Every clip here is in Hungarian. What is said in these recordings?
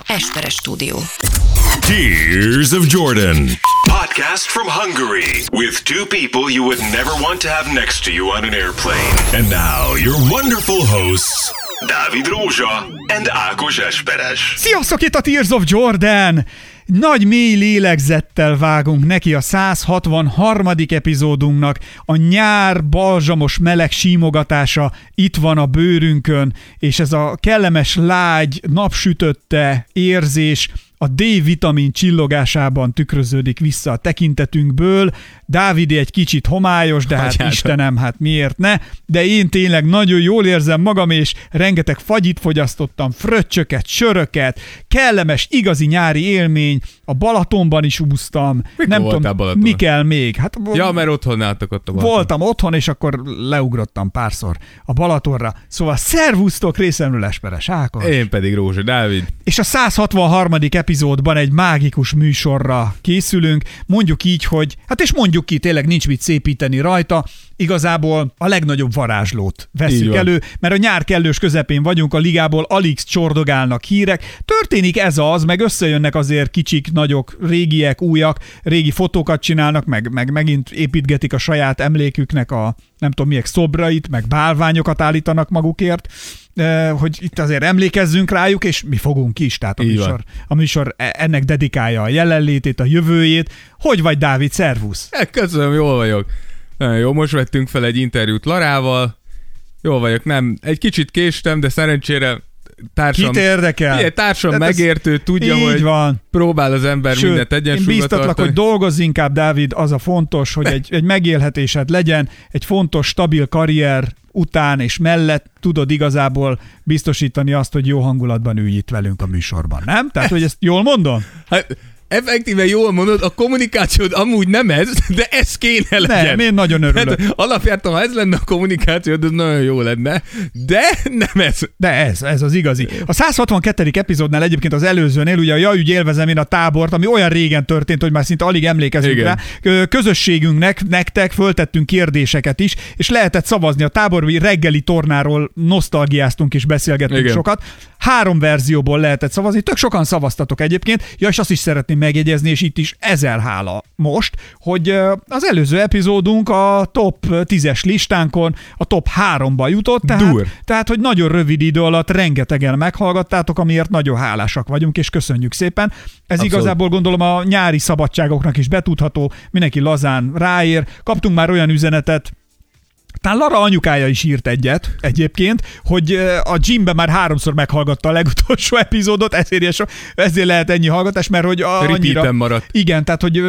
Esperes stúdió. Tears of Jordan. Podcast from Hungary with two people you would never want to have next to you on an airplane. And now your wonderful hosts, Dávid Rózsa and Ákos Esperes. Sziasztok, itt a Tears of Jordan! Nagy mély lélegzettel vágunk neki a 163. epizódunknak. A nyár balzsamos meleg símogatása itt van a bőrünkön, és ez a kellemes lágy, napsütötte érzés a D-vitamin csillogásában tükröződik vissza a tekintetünkből. Dávidé egy kicsit homályos, de hát Istenem, hát miért ne? De én tényleg nagyon jól érzem magam, és rengeteg fagyit fogyasztottam, fröccsöket, söröket, kellemes, igazi nyári élmény, a Balatonban is úsztam. Mikor nem voltál tudom, Balatonon? mi kell még. Hát, Ja, mert otthon álltak ott a Balaton. voltam otthon, és akkor leugrottam párszor a Balatonra. Szóval szervusztok, részemről Esperes Ákos. Én pedig Rózsa Dávid. És a 163. epizódban egy mágikus műsorra készülünk. Mondjuk így, hogy, hát és mondjuk ki, tényleg nincs mit szépíteni rajta, igazából a legnagyobb varázslót vesszük elő, mert a nyár kellős közepén vagyunk, a ligából alig csordogálnak hírek. Történik ez az, meg összejönnek azért kicsik, nagyok, régiek, újak, régi fotókat csinálnak, meg megint építgetik a saját emléküknek a nem tudom milyek szobrait, meg bálványokat állítanak magukért, hogy itt azért emlékezzünk rájuk, és mi fogunk is, tehát a műsor ennek dedikálja a jelenlétét, a jövőjét. Hogy vagy, Dávid? Szervusz! Köszönöm, jól vagyok. Nagyon jó, most vettünk fel egy interjút Larával. Jól vagyok, nem, egy kicsit késtem, de szerencsére társam... Kit érdekel? Igen, társam megértő, tudja, hogy van. Próbál az ember mindent egyensúlyba én bíztatlak, tartani. hogy dolgozz inkább, Dávid, az a fontos, hogy egy megélhetésed legyen, egy fontos, stabil karrier után és mellett tudod igazából biztosítani azt, hogy jó hangulatban ülj itt velünk a műsorban, nem? Tehát, hogy ezt jól mondom? Hát, effektíven jól mondod, a kommunikációd amúgy nem ez, de ez kéne legyen. Nem, én nagyon örülök. Hát, alapjártan, ha ez lenne a kommunikációd, az nagyon jó lenne, de nem ez. De ez az igazi. A 162. epizódnál egyébként az előzőnél, ugye a Jajügy élvezem én a tábort, ami olyan régen történt, hogy már szinte alig emlékezünk Igen. rá. Közösségünknek, nektek föltettünk kérdéseket is, és lehetett szavazni a tábor reggeli tornáról, nosztalgiáztunk és beszélgettünk Igen. sokat. 3 verzióból lehetett szavazni, tök sokan szavaztatok egyébként. Ja, és azt is szeretném megjegyezni, és itt is ezer hála most, hogy az előző epizódunk a top 10-es listánkon a top 3-ba jutott, tehát hogy nagyon rövid idő alatt rengetegen meghallgattátok, amiért nagyon hálásak vagyunk, és köszönjük szépen. Ez Abszolút. Igazából gondolom a nyári szabadságoknak is betudható, mindenki lazán ráér. Kaptunk már olyan üzenetet, talán Lara anyukája is írt egyet egyébként, hogy a gymben már 3-szor meghallgatta a legutolsó epizódot, ezért lehet ennyi hallgatás, mert hogy annyira... maradt. Igen, tehát hogy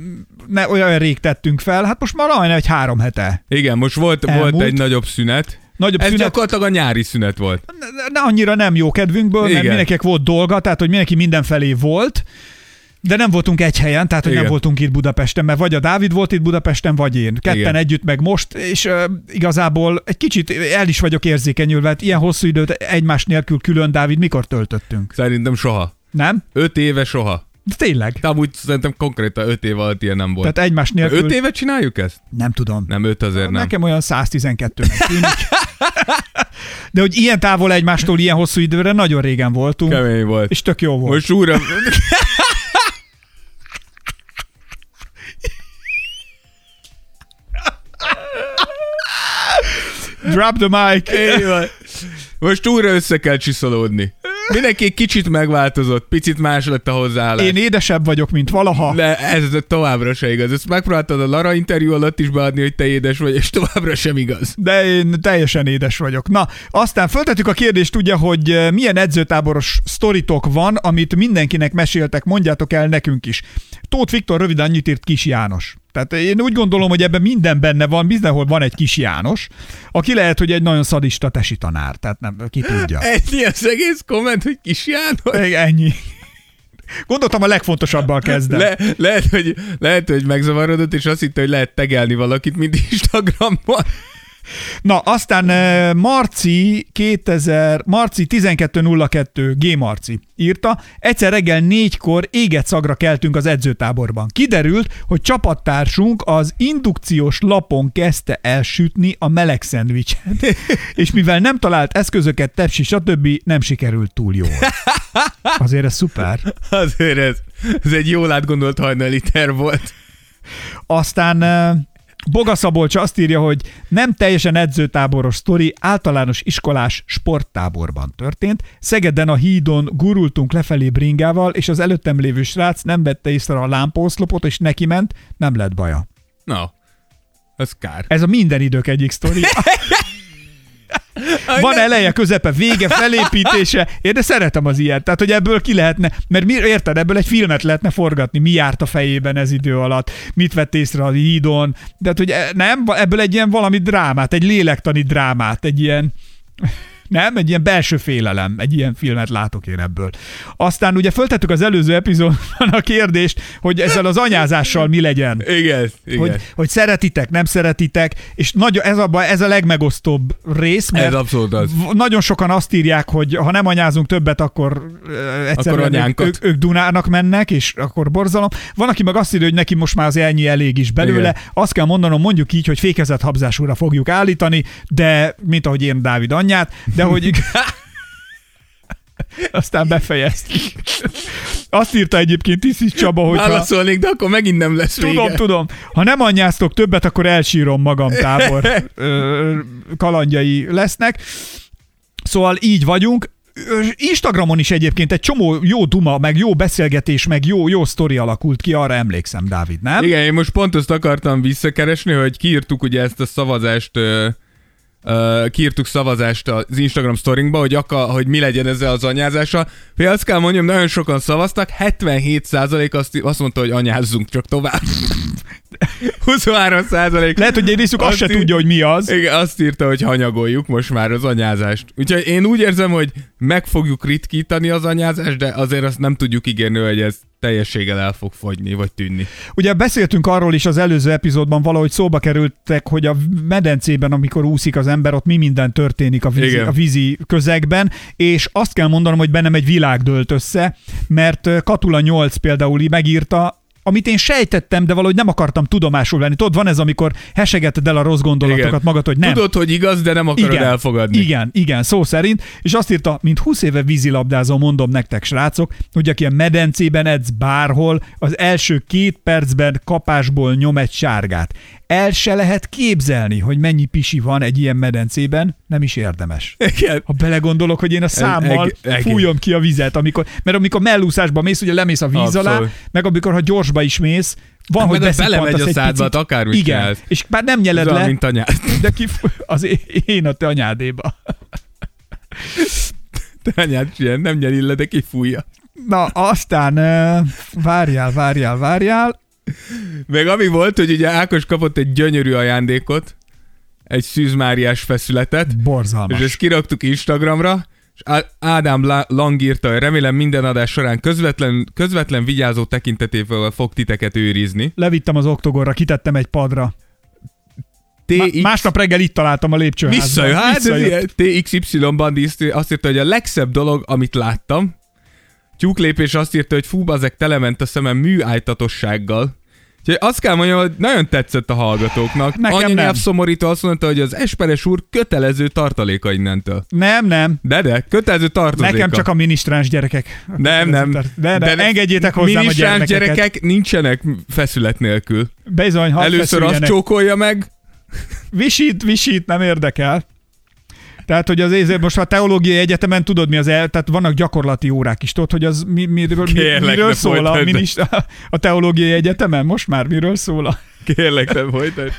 olyan rég tettünk fel, hát most már majdnem egy 3 hete. Igen, most volt egy nagyobb szünet. Ez gyakorlatilag a nyári szünet volt. Annyira nem jó kedvünkből, mert mindenkinek volt dolga, tehát hogy mindenki mindenfelé volt, de nem voltunk egy helyen, tehát hogy nem voltunk itt Budapesten, mert vagy a Dávid volt itt Budapesten, vagy én. Ketten együtt meg most, és igazából egy kicsit el is vagyok érzékenyülve, hát ilyen hosszú időt egymás nélkül külön, Dávid, mikor töltöttünk? Szerintem soha. Nem? 5 éve soha. De tényleg? De amúgy szerintem konkrétan 5 év alatt ilyen nem volt. Tehát egymás nélkül... 5 éve csináljuk ezt? Nem tudom. Nem, 5 azért nem. Nekem olyan 112-nek tűnik. De hogy ilyen távol egymástól ilyen hosszú időre nagyon régen voltunk. Kemény volt. És tök jó volt. Most újra... Drop the mic. Most újra össze kell csiszolódni. Mindenki egy kicsit megváltozott, picit más lett a hozzáállás. Én édesebb vagyok, mint valaha. De ez továbbra se igaz. Ezt megpróbáltad a Lara interjú alatt is beadni, hogy te édes vagy, és továbbra sem igaz. De én teljesen édes vagyok. Na, aztán föltettük a kérdést ugye, hogy milyen edzőtáboros sztoritok van, amit mindenkinek meséltek, mondjátok el nekünk is. Tóth Viktor röviden annyit írt Kis János. Tehát én úgy gondolom, hogy ebben minden benne van, mindenhol van egy Kis János, aki lehet, hogy egy nagyon szadista tesi tanár, tehát nem, ki tudja. Ennyi az egész komment, hogy Kis János? Ennyi. Gondoltam, a legfontosabbal kezdem. Lehet, hogy megzavarodott, és azt hitte, hogy lehet tegelni valakit, mint Instagramon. Na, aztán Marci 1202 G. Marci írta, egyszer reggel 4-kor éget szagra keltünk az edzőtáborban. Kiderült, hogy csapattársunk az indukciós lapon kezdte elsütni a meleg szendvicset, és mivel nem talált eszközöket, tepsi, stb. Nem sikerült túl jól. Azért ez szuper. Azért ez egy jól átgondolt hajnali terv volt. Aztán Boga Szabolcs azt írja, hogy nem teljesen edzőtáboros sztori, általános iskolás sporttáborban történt. Szegeden a hídon gurultunk lefelé bringával, és az előttem lévő srác nem vette észre a lámpaoszlopot, és neki ment, nem lett baja. Na, ez kár. Ez a minden idők egyik sztori. Van eleje, közepe, vége, felépítése. Én de szeretem az ilyet. Tehát, hogy ebből ki lehetne, mert érted, ebből egy filmet lehetne forgatni. Mi járt a fejében ez idő alatt, mit vett észre a hídon. De hogy nem, ebből egy ilyen valami drámát, egy lélektani drámát, egy ilyen... Nem, egy ilyen belső félelem, egy ilyen filmet látok én ebből. Aztán ugye föltettük az előző epizódban a kérdést, hogy ezzel az anyázással mi legyen. Igen. Hogy szeretitek, nem szeretitek, és ez a legmegosztóbb rész, mert ez abszolút az. Nagyon sokan azt írják, hogy ha nem anyázunk többet, akkor egyszerűen ők Dunának mennek, és akkor borzalom. Van, aki meg azt írja, hogy neki most már az ennyi elég is belőle. Igen. Azt kell mondanom, mondjuk így, hogy fékezett habzásúra fogjuk állítani, de mint ahogy én Dávid anyját, de hogy aztán befejeztük. Azt írta egyébként Tiszi Csaba, hogy válaszolnék, de akkor megint nem lesz vége. Tudom. Ha nem anyáztok többet, akkor elsírom magam tábor kalandjai lesznek. Szóval így vagyunk. Instagramon is egyébként egy csomó jó duma, meg jó beszélgetés, meg jó sztori alakult ki, arra emlékszem, Dávid, nem? Igen, én most pont azt akartam visszakeresni, hogy kiírtuk ugye ezt a szavazást, kiírtuk szavazást az Instagram sztorinkba, hogy mi legyen ezzel az anyázással. Például azt kell mondjam, nagyon sokan szavaztak, 77% azt mondta, hogy anyázzunk csak tovább. 23%. Lehet, hogy egy részük azt se tudja, hogy mi az. Igen, azt írta, hogy hanyagoljuk most már az anyázást. Úgyhogy én úgy érzem, hogy meg fogjuk ritkítani az anyázást, de azért azt nem tudjuk ígérni, hogy ez teljességgel el fog fogyni, vagy tűnni. Ugye beszéltünk arról is az előző epizódban, valahogy szóba kerültek, hogy a medencében, amikor úszik az ember, ott mi minden történik a vízi közegben, és azt kell mondanom, hogy bennem egy világ dőlt össze, mert Katula 8 például megírta, amit én sejtettem, de valahogy nem akartam tudomásul venni. Tudod, van ez, amikor hesegeted el a rossz gondolatokat magad, hogy nem. Tudod, hogy igaz, de nem akarod elfogadni. Igen, szó szerint. És azt írta, mint 20 éve vízilabdázó, mondom nektek, srácok, hogy aki a medencében edz bárhol, az első 2 percben kapásból nyom egy sárgát. El se lehet képzelni, hogy mennyi pisi van egy ilyen medencében, nem is érdemes. Igen. Ha belegondolok, hogy én a számmal fújom ki a vizet, mert amikor mellúszásba mész, ugye lemész a víz alá, meg amikor ha gyorsba is mész, van, hogy belemegy a szádba, akármit igen, csinálsz. És bár nem nyeled le, mint anyád. De én a te anyádéba. Te anyád ilyen, nem nyeli le, de kifújja. Na, aztán várjál. Meg ami volt, hogy ugye Ákos kapott egy gyönyörű ajándékot, egy szűzmáriás feszületet. Borzalmas. És ezt kiraktuk Instagramra, és Ádám Lang írta, hogy remélem minden adás során közvetlen vigyázó tekintetével fog titeket őrizni. Levittem az oktogonra, kitettem egy padra. Másnap reggel itt találtam a lépcsőházban. Visszajött. TXY Bandi azt írta, hogy a legszebb dolog, amit láttam. Tyúklépés azt írta, hogy fú, bazeg, telement a szemem műálltatossággal. Úgyhogy azt kell mondjam, hogy nagyon tetszett a hallgatóknak. Anyanyelv szomorító azt mondta, hogy az Esperes úr kötelező tartaléka innentől. Nem. De, kötelező tartozéka. Nekem csak a minisztráns gyerekek. Nem. De engedjétek hozzám a gyermekeket. Minisztráns gyerekek nincsenek feszület nélkül. Bizony, először azt csókolja meg. Visít, nem érdekel. Tehát, hogy azért most a teológiai egyetemen tudod mi az tehát vannak gyakorlati órák is, tudod, hogy az miről szól a teológiai egyetemen? Most már miről szól Kérlek, nem folytasd.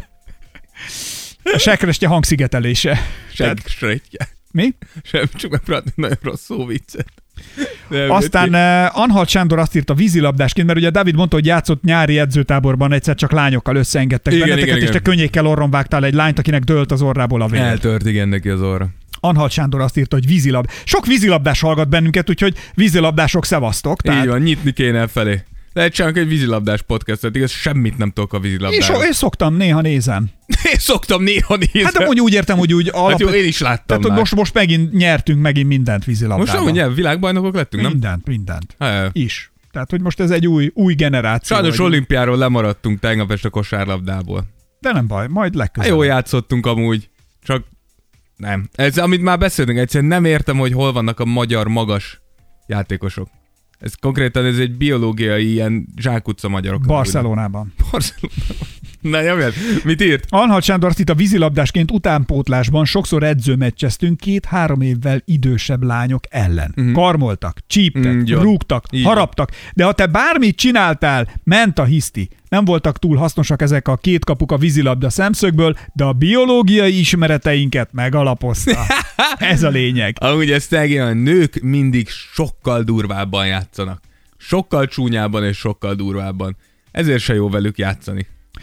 A sekrestye hangszigetelése. Sekrestye. Mi? Sem, csak megpróbálni nagyon rossz szóviccet. Aztán Anhalt Sándor azt írta vízilabdásként, mert ugye Dávid mondta, hogy játszott nyári edzőtáborban, egyszer csak lányokkal összeengedtek benneteket, és te könnyékkel orron vágtál egy lányt, akinek dőlt az orrából a vér. Eltört, igen, neki az orra. Anhalt Sándor azt írta, hogy sok vízilabdás hallgat bennünket, úgyhogy vízilabdások szevasztok. Így van, nyitni kéne felé. Lehet csinálni egy vízilabdás podcastet, igaz, semmit nem tudok a vízilabdáról. Én szoktam, néha nézem. Hát de úgy értem, hogy úgy Hát jó, én is láttam tehát, hogy most megint nyertünk mindent vízilabdában. Most nem, világbajnokok lettünk, nem? Mindent. Is. Tehát, hogy most ez egy új generáció. Sajnos olimpiáról lemaradtunk tegnap este kosárlabdából. De nem baj, majd legközelebb. Jól játszottunk amúgy, csak nem. Ez, amit már beszéltünk, egyszerűen nem értem, hogy hol vannak a magyar magas játékosok. Ez konkrétan egy biológiai ilyen zsákutca magyarok. Barcelonában. Na, jövjön. Mit írt? Anhalt Sándor itt a vízilabdásként utánpótlásban sokszor edzőmeccseztünk 2-3 évvel idősebb lányok ellen. Karmoltak, csíptek, rúgtak, haraptak, de ha te bármit csináltál, ment a hiszti. Nem voltak túl hasznosak ezek a két kapuk a vízilabda szemszögből, de a biológiai ismereteinket megalapozta. Ez a lényeg. Amúgy ezt a nők mindig sokkal durvábban játszanak. Sokkal csúnyában és sokkal durvábban. Ezért se jó velük játszani.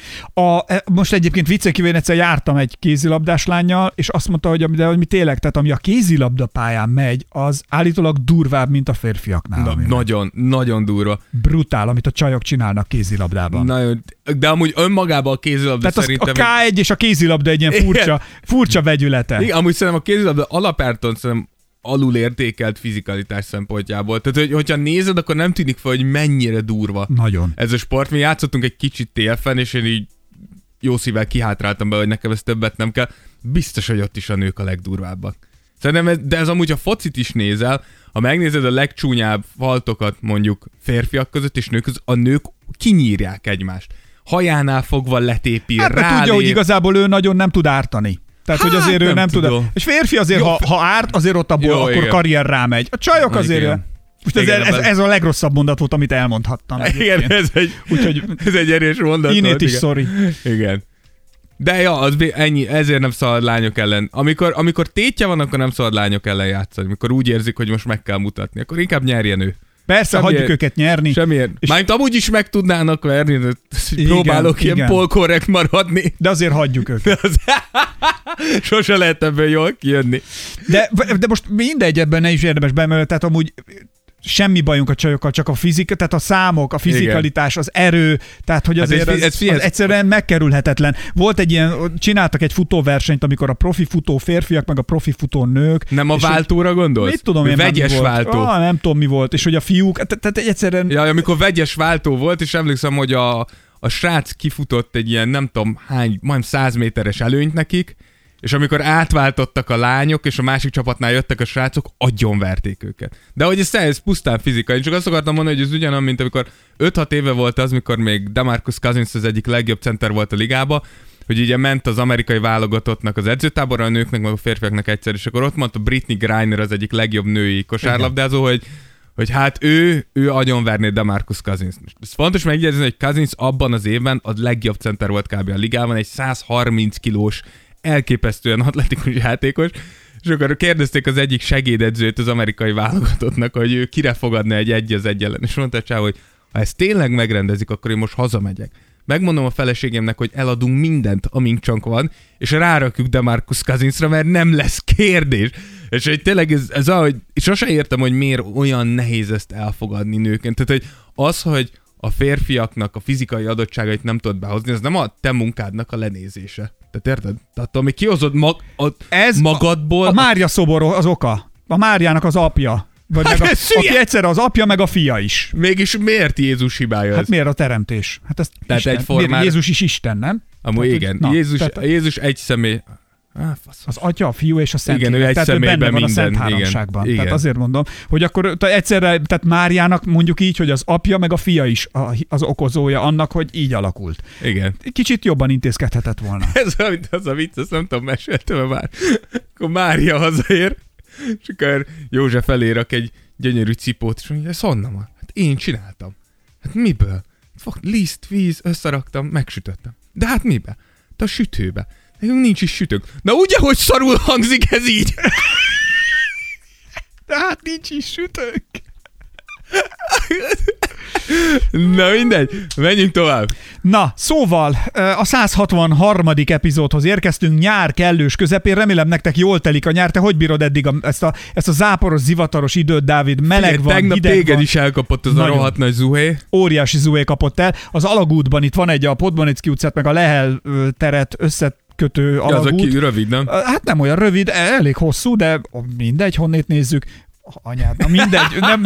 Most egyébként viccen kívül én egyszer jártam egy kézilabdás lánnyal, és azt mondta, hogy mi tényleg, tehát ami a kézilabda pályán megy, az állítólag durvább, mint a férfiaknál. Nagyon durva. Brutál, amit a csajok csinálnak kézilabdában. Nagyon, de amúgy önmagában a kézilabda tehát szerintem... Tehát a K1 és a kézilabda egy ilyen furcsa vegyülete. Igen, amúgy szerintem a kézilabda alapárton szerintem alul értékelt fizikalitás szempontjából. Tehát, hogyha nézed, akkor nem tűnik fel, hogy mennyire durva. Nagyon. Ez a sport. Mi játszottunk egy kicsit TF-en, és én így jó szívvel kihátráltam be, hogy nekem ez többet nem kell. Biztos, hogy ott is a nők a legdurvábbak. Szerintem de ez amúgy, ha focit is nézel, ha megnézed a legcsúnyább faltokat mondjuk férfiak között és nők között, a nők kinyírják egymást. Hajánál fogva letépi, rálép. Tudja, hogy igazából ő nagyon nem tud ártani. Tehát, hogy azért ő nem tud. És férfi azért, ha árt, azért ott abból akkor igen. Karrier rámegy. A csajok azért... Most ez a legrosszabb mondat volt, amit elmondhattam. Igen, ez egy erős mondat. Innét is, sorry. Igen. De ja, az ennyi, ezért nem szabad lányok ellen. Amikor tétje van, akkor nem szabad lányok ellen játszani. Amikor úgy érzik, hogy most meg kell mutatni, akkor inkább nyerjen ő. Persze, hagyjuk őket nyerni. Semmiért. Mármint amúgy is meg tudnának verni, de próbálok ilyen polkorrekt maradni. De azért hagyjuk őket. Sose lehet ebből jól kijönni. De most mindegy, ebben ne is érdemes bemenni, tehát amúgy semmi bajunk a csajokkal, csak a fizika, tehát a számok, a fizikalitás, az erő, tehát hogy azért ez egyszerűen megkerülhetetlen. Volt egy ilyen, csináltak egy futóversenyt, amikor a profi futó férfiak, meg a profi futó nők. Nem a váltóra gondolsz? Mit tudom én, vegyes váltó. Nem tudom mi volt, és hogy a fiúk, tehát egyszerűen... Ja, amikor vegyes váltó volt, és emlékszem, hogy a srác kifutott egy ilyen nem tudom hány, majd 100 méteres előnyt nekik, és amikor átváltottak a lányok, és a másik csapatnál jöttek a srácok, agyonverték őket. De hogy ez pusztán fizikai. Én csak azt akartam mondani, hogy ez ugyanaz, mint amikor 5-6 éve volt az, mikor még DeMarcus Cousins az egyik legjobb center volt a ligába, hogy ugye ment az amerikai válogatottnak az edzőtáborra, a nőknek, meg a férfiaknak egyszer, és akkor ott mondta Brittney Griner az egyik legjobb női kosárlabdázó, hogy hát ő agyonverné DeMarcus Cousins. Ez fontos megjegyezni, hogy Cousins abban az évben a legjobb center volt kb. A ligában, egy 130 kilós elképesztően atletikus játékos, és akkor kérdezték az egyik segédedzőt az amerikai válogatottnak, hogy ő kire fogadna egy az egy ellen, és mondta Csá, hogy ha ezt tényleg megrendezik, akkor én most hazamegyek. Megmondom a feleségemnek, hogy eladunk mindent, amink csak van, és rárakjuk DeMarcus Cousinsra, mert nem lesz kérdés. És hogy tényleg ez ahogy, sose értem, hogy miért olyan nehéz ezt elfogadni nőként. Tehát, hogy az, hogy a férfiaknak a fizikai adottságait nem tudod behozni, ez nem a te munádnak a lenézése. Tehát érted? Tehát ami kihozod magadból... A Mária szobor az oka. A Máriának az apja. Vagy hát aki egyszerre az apja, meg a fia is. Mégis miért Jézus hibája ez? Hát miért a teremtés? Hát ez tehát Isten. Jézus is Isten, nem? Amúgy igen. Jézus egy személy... Az Atya, a Fiú és a Szentlélek. Igen, ő egy személyben benne van minden. A Szent Háromságban. Igen. Tehát azért mondom, hogy akkor egyszerre, tehát Máriának mondjuk így, hogy az apja meg a fia is az okozója annak, hogy így alakult. Igen. Kicsit jobban intézkedhetett volna. Ez az a vicc, ezt nem tudom, meséltem már. Akkor Mária hazaér, és akkor József elérak egy gyönyörű cipót, és mondja, ez honnan van? Hát én csináltam. Hát miből? Liszt, víz, összeraktam, megsütöttem. De hát mibe? De a sütőbe. Nekünk nincs is sütőnk. Na ugye, hogy szarul hangzik ez így? De hát nincs is sütőnk. Na mindegy, menjünk tovább. Na, szóval a 163. epizódhoz érkeztünk, nyár kellős közepén, remélem nektek jól telik a nyár. Te hogy bírod eddig ezt a záporos, zivataros időt, Dávid? Meleg van, tegnap hideg téged van. is elkapott az a rohadt nagy zuhé. Óriási zuhé kapott el. Az Alagútban itt van egy a Podmanicki utcát, meg a Lehel teret összekötő alagút. Az aki rövid, nem? Hát nem olyan rövid, elég hosszú, de mindegy, honnét nézzük. Anyád, na mindegy,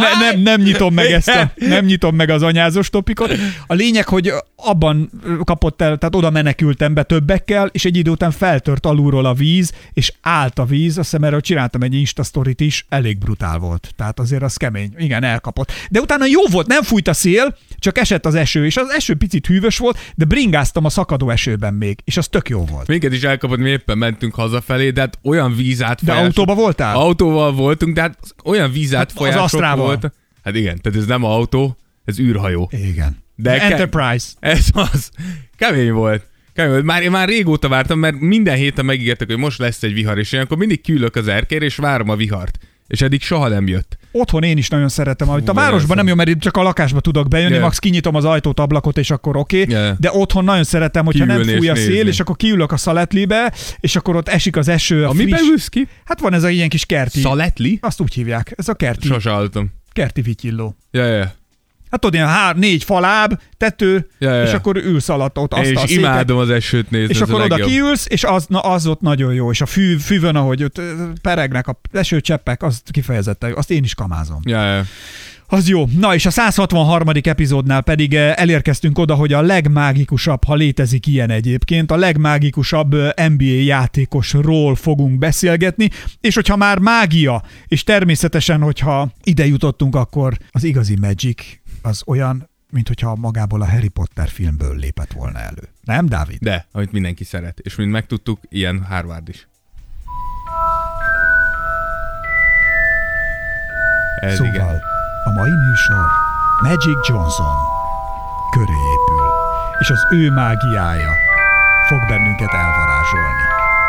nem nyitom meg nem nyitom meg az anyázós topikot. A lényeg, hogy abban kapott el, tehát oda menekültem be többekkel, és egy idő után feltört alulról a víz, és állt a víz, azt hiszem erről csináltam egy Insta sztorit is, elég brutál volt. Tehát azért az kemény, igen, elkapott. De utána jó volt, nem fújt a szél, csak esett az eső, és az eső picit hűvös volt, de bringáztam a szakadó esőben még, és az tök jó volt. Minket is elkapott, mi éppen mentünk hazafelé, de hát olyan vízátfolyások. De autóba voltál? Autóval voltunk, de hát olyan vízátfolyások volt. Hát igen, tehát ez nem autó, ez űrhajó. Igen. De Enterprise. Ez az. Kemény volt. Már régóta vártam, mert minden héten megígértek, hogy most lesz egy vihar, és én akkor mindig küldök az erkére, és várom a vihart. És eddig soha nem jött. Otthon én is nagyon szeretem, amit a városban nem jó, mert itt csak a lakásba tudok bejönni, max kinyitom az ajtót, ablakot, és akkor oké. De otthon nagyon szeretem, hogyha nem fúj a szél, és akkor kiülök a szaletlibe, és akkor ott esik az eső, a friss. Miben ülsz ki? Hát van ez a ilyen kis kerti. Szaletli? Azt úgy hívják. Ez a kerti. Sose hallottam. Kerti vityilló. Ja. Hát tudod, ilyen 3-4 faláb, tető, és akkor ülsz alatt ott. És imádom az esőt nézni. És akkor oda kiülsz, és az ott nagyon jó. És a fűvön, ahogy ott peregnek a esőcseppek, az kifejezetten jó. Azt én is kamázom. Ja. Az jó. Na és a 163. epizódnál pedig elérkeztünk oda, hogy a legmágikusabb, ha létezik ilyen egyébként, a legmágikusabb NBA játékosról fogunk beszélgetni, és hogyha már mágia, és természetesen, hogyha ide jutottunk, akkor az igazi Magic az olyan, mint hogyha magából a Harry Potter filmből lépett volna elő. Nem, Dávid? De, amit mindenki szeret. És mint megtudtuk, ilyen Harvard is. Ez szóval, igen. A mai műsor Magic Johnson köré épül, és az ő mágiája fog bennünket elvarázsolni.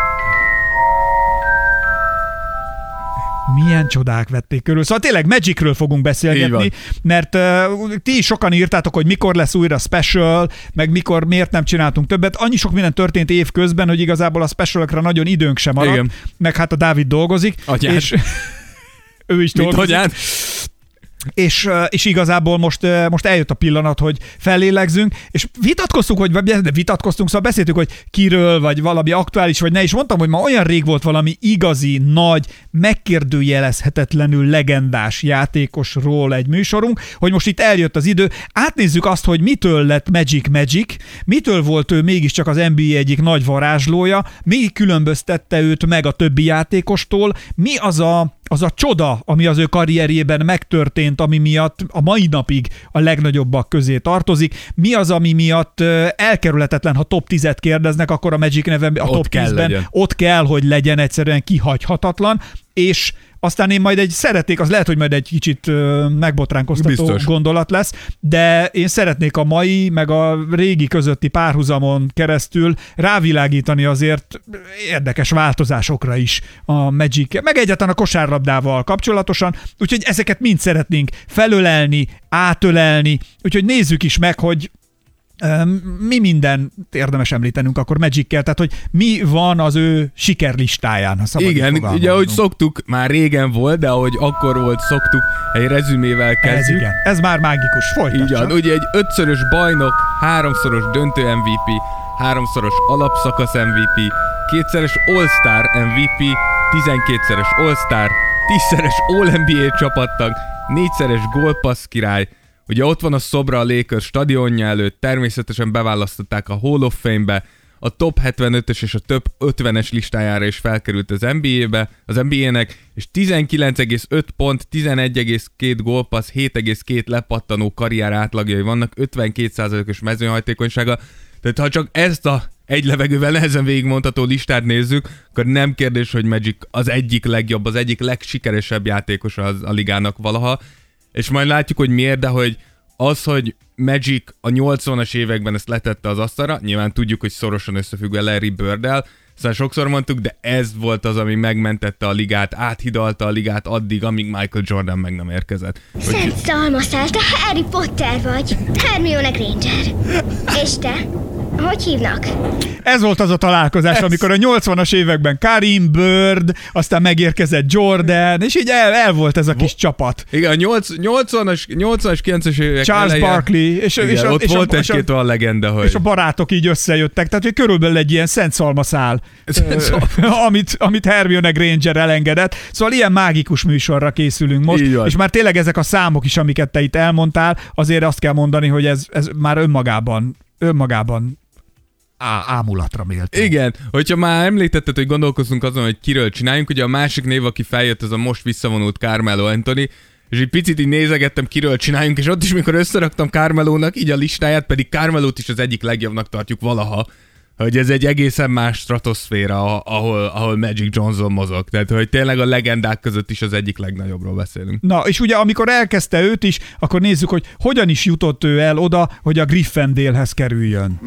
Milyen csodák vették körül. Szóval tényleg Magicről fogunk beszélgetni, mert ti is sokan írtátok, hogy mikor lesz újra special, meg miért nem csináltunk többet. Annyi sok minden történt év közben, hogy igazából a specialokra nagyon időnk sem maradt, igen. Meg hát a Dávid dolgozik. Atyán. És ő is dolgozik. És igazából most eljött a pillanat, hogy fellélegzünk, és vitatkoztunk, szóval beszéltük, hogy kiről, vagy valami aktuális, vagy ne, és mondtam, hogy ma olyan rég volt valami igazi, nagy, megkérdőjelezhetetlenül legendás játékosról egy műsorunk, hogy most itt eljött az idő, átnézzük azt, hogy mitől lett Magic, mitől volt ő mégiscsak az NBA egyik nagy varázslója, mi különböztette őt meg a többi játékostól, mi az a csoda, ami az ő karrierjében megtörtént, ami miatt a mai napig a legnagyobbak közé tartozik. Mi az, ami miatt elkerülhetetlen, ha top 10-et kérdeznek, akkor a Magic nevem a top 10-ben ott kell, hogy legyen, egyszerűen kihagyhatatlan, és aztán én majd az lehet, hogy majd egy kicsit megbotránkoztató gondolat lesz, de én szeretnék a mai, meg a régi közötti párhuzamon keresztül rávilágítani azért érdekes változásokra is a Magic, meg egyáltalán a kosárlabdával kapcsolatosan, úgyhogy ezeket mind szeretnénk felölelni, átölelni, úgyhogy nézzük is meg, hogy mi minden érdemes említenünk akkor Magic-kel, tehát hogy mi van az ő sikerlistáján. Igen, ugye ahogy szoktuk, már régen volt, de ahogy akkor volt szoktuk, egy rezümével kezdjük. Ez már mágikus, folytassa. Igen, ugye egy 5-szörös bajnok, 3-szoros döntő MVP, 3-szoros alapszakasz MVP, 2-szeres All-Star MVP, 12-szeres All-Star, 10-szeres All-NBA csapattag, 4-szeres gólpassz király. Ugye ott van a szobra a Lakers stadionja előtt, természetesen beválasztották a Hall of Fame-be, a top 75-ös és a top 50-es listájára is felkerült az NBA-nek, és 19,5 pont, 11,2 gólpassz, 7,2 lepattanó karrier átlagjai vannak, 52%-os mezőnyhajtékonysága. Tehát ha csak ezt a egy levegővel nehezen végigmondható listát nézzük, akkor nem kérdés, hogy Magic az egyik legjobb, az egyik legsikeresebb játékos a ligának valaha. És majd látjuk, hogy miért, de hogy Magic a 80-as években ezt letette az asztalra, nyilván tudjuk, hogy szorosan összefügg a Larry Bird-el, Szóval sokszor mondtuk, de ez volt az, ami megmentette a ligát, áthidalta a ligát addig, amíg Michael Jordan meg nem érkezett. Szent szalmaszál, te Harry Potter vagy. Hermione Granger. És te? Hogy hívnak? Ez volt az a találkozás, amikor a 80-as években Karim, Bird, aztán megérkezett Jordan, és így el volt ez a kis csapat. Igen, a 80-as, 90-es évek Charles eleje, Barkley. És ott volt egy-két olyan legenda, hogy... És a barátok így összejöttek, tehát hogy körülbelül egy ilyen szent szalmaszál, amit Hermione Granger elengedett. Szóval ilyen mágikus műsorra készülünk most, és már tényleg ezek a számok is, amiket te itt elmondtál, azért azt kell mondani, hogy ez már önmagában ámulatra méltó. Igen, hogyha már említetted, hogy gondolkozunk azon, hogy kiről csináljunk, ugye a másik név, aki feljött, az a most visszavonult Carmelo Anthony, és egy picit így nézegettem, kiről csináljunk, és ott is, mikor összeraktam Carmelónak így a listáját, pedig Carmelót is az egyik legjobbnak tartjuk valaha, hogy ez egy egészen más stratoszféra, ahol Magic Johnson mozog. Tehát, hogy tényleg a legendák között is az egyik legnagyobbról beszélünk. Na, és ugye amikor elkezdte őt is, akkor nézzük, hogy hogyan is jutott ő el oda, hogy a Gryffindorhez kerüljön.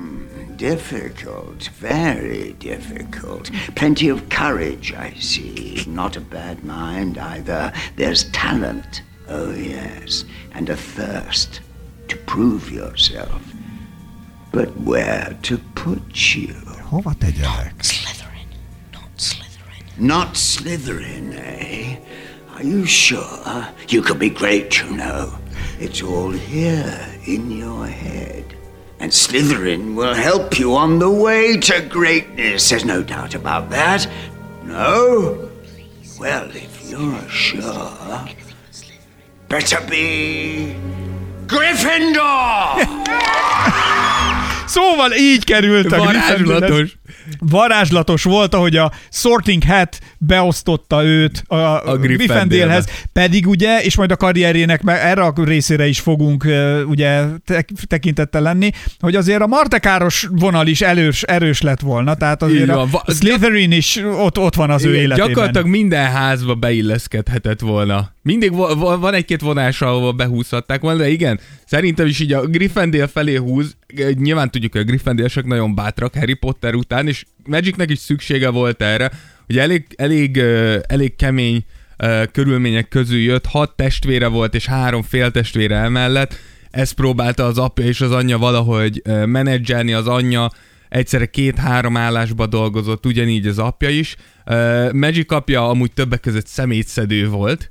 Difficult, very difficult. Plenty of courage, I see. Not a bad mind either. There's talent, oh yes, and a thirst to prove yourself. But where to put you? Hova tegyelek? Slytherin. Not Slytherin. Not Slytherin, eh? Are you sure? You could be great, you know. It's all here in your head. And Slytherin will help you on the way to greatness. There's no doubt about that. No? Well, if you're sure, better be Gryffindor! Szóval így került a Varázslatos. Varázslatos volt, ahogy a Sorting Hat beosztotta őt a Gryffindorhez, pedig ugye, és majd a karrierjének erre a részére is fogunk ugye tekintettel lenni, hogy azért a martekáros vonal is erős lett volna, tehát azért a Slytherin is ott van az ő életében. Gyakorlatilag minden házba beilleszkedhetett volna. Mindig van egy-két vonása, ahova behúzhatták volna, de igen, szerintem is így a Gryffindor felé húz. Nyilván tudjuk, hogy a Gryffindorosok nagyon bátrak Harry Potter után, és Magicnek is szüksége volt erre, hogy elég kemény körülmények közül jött, 6 testvére volt, és 3 féltestvére emellett. Ezt próbálta az apja és az anyja valahogy menedzselni, az anyja egyszerre 2-3 állásba dolgozott, ugyanígy az apja is. Magic apja amúgy többek között szemétszedő volt,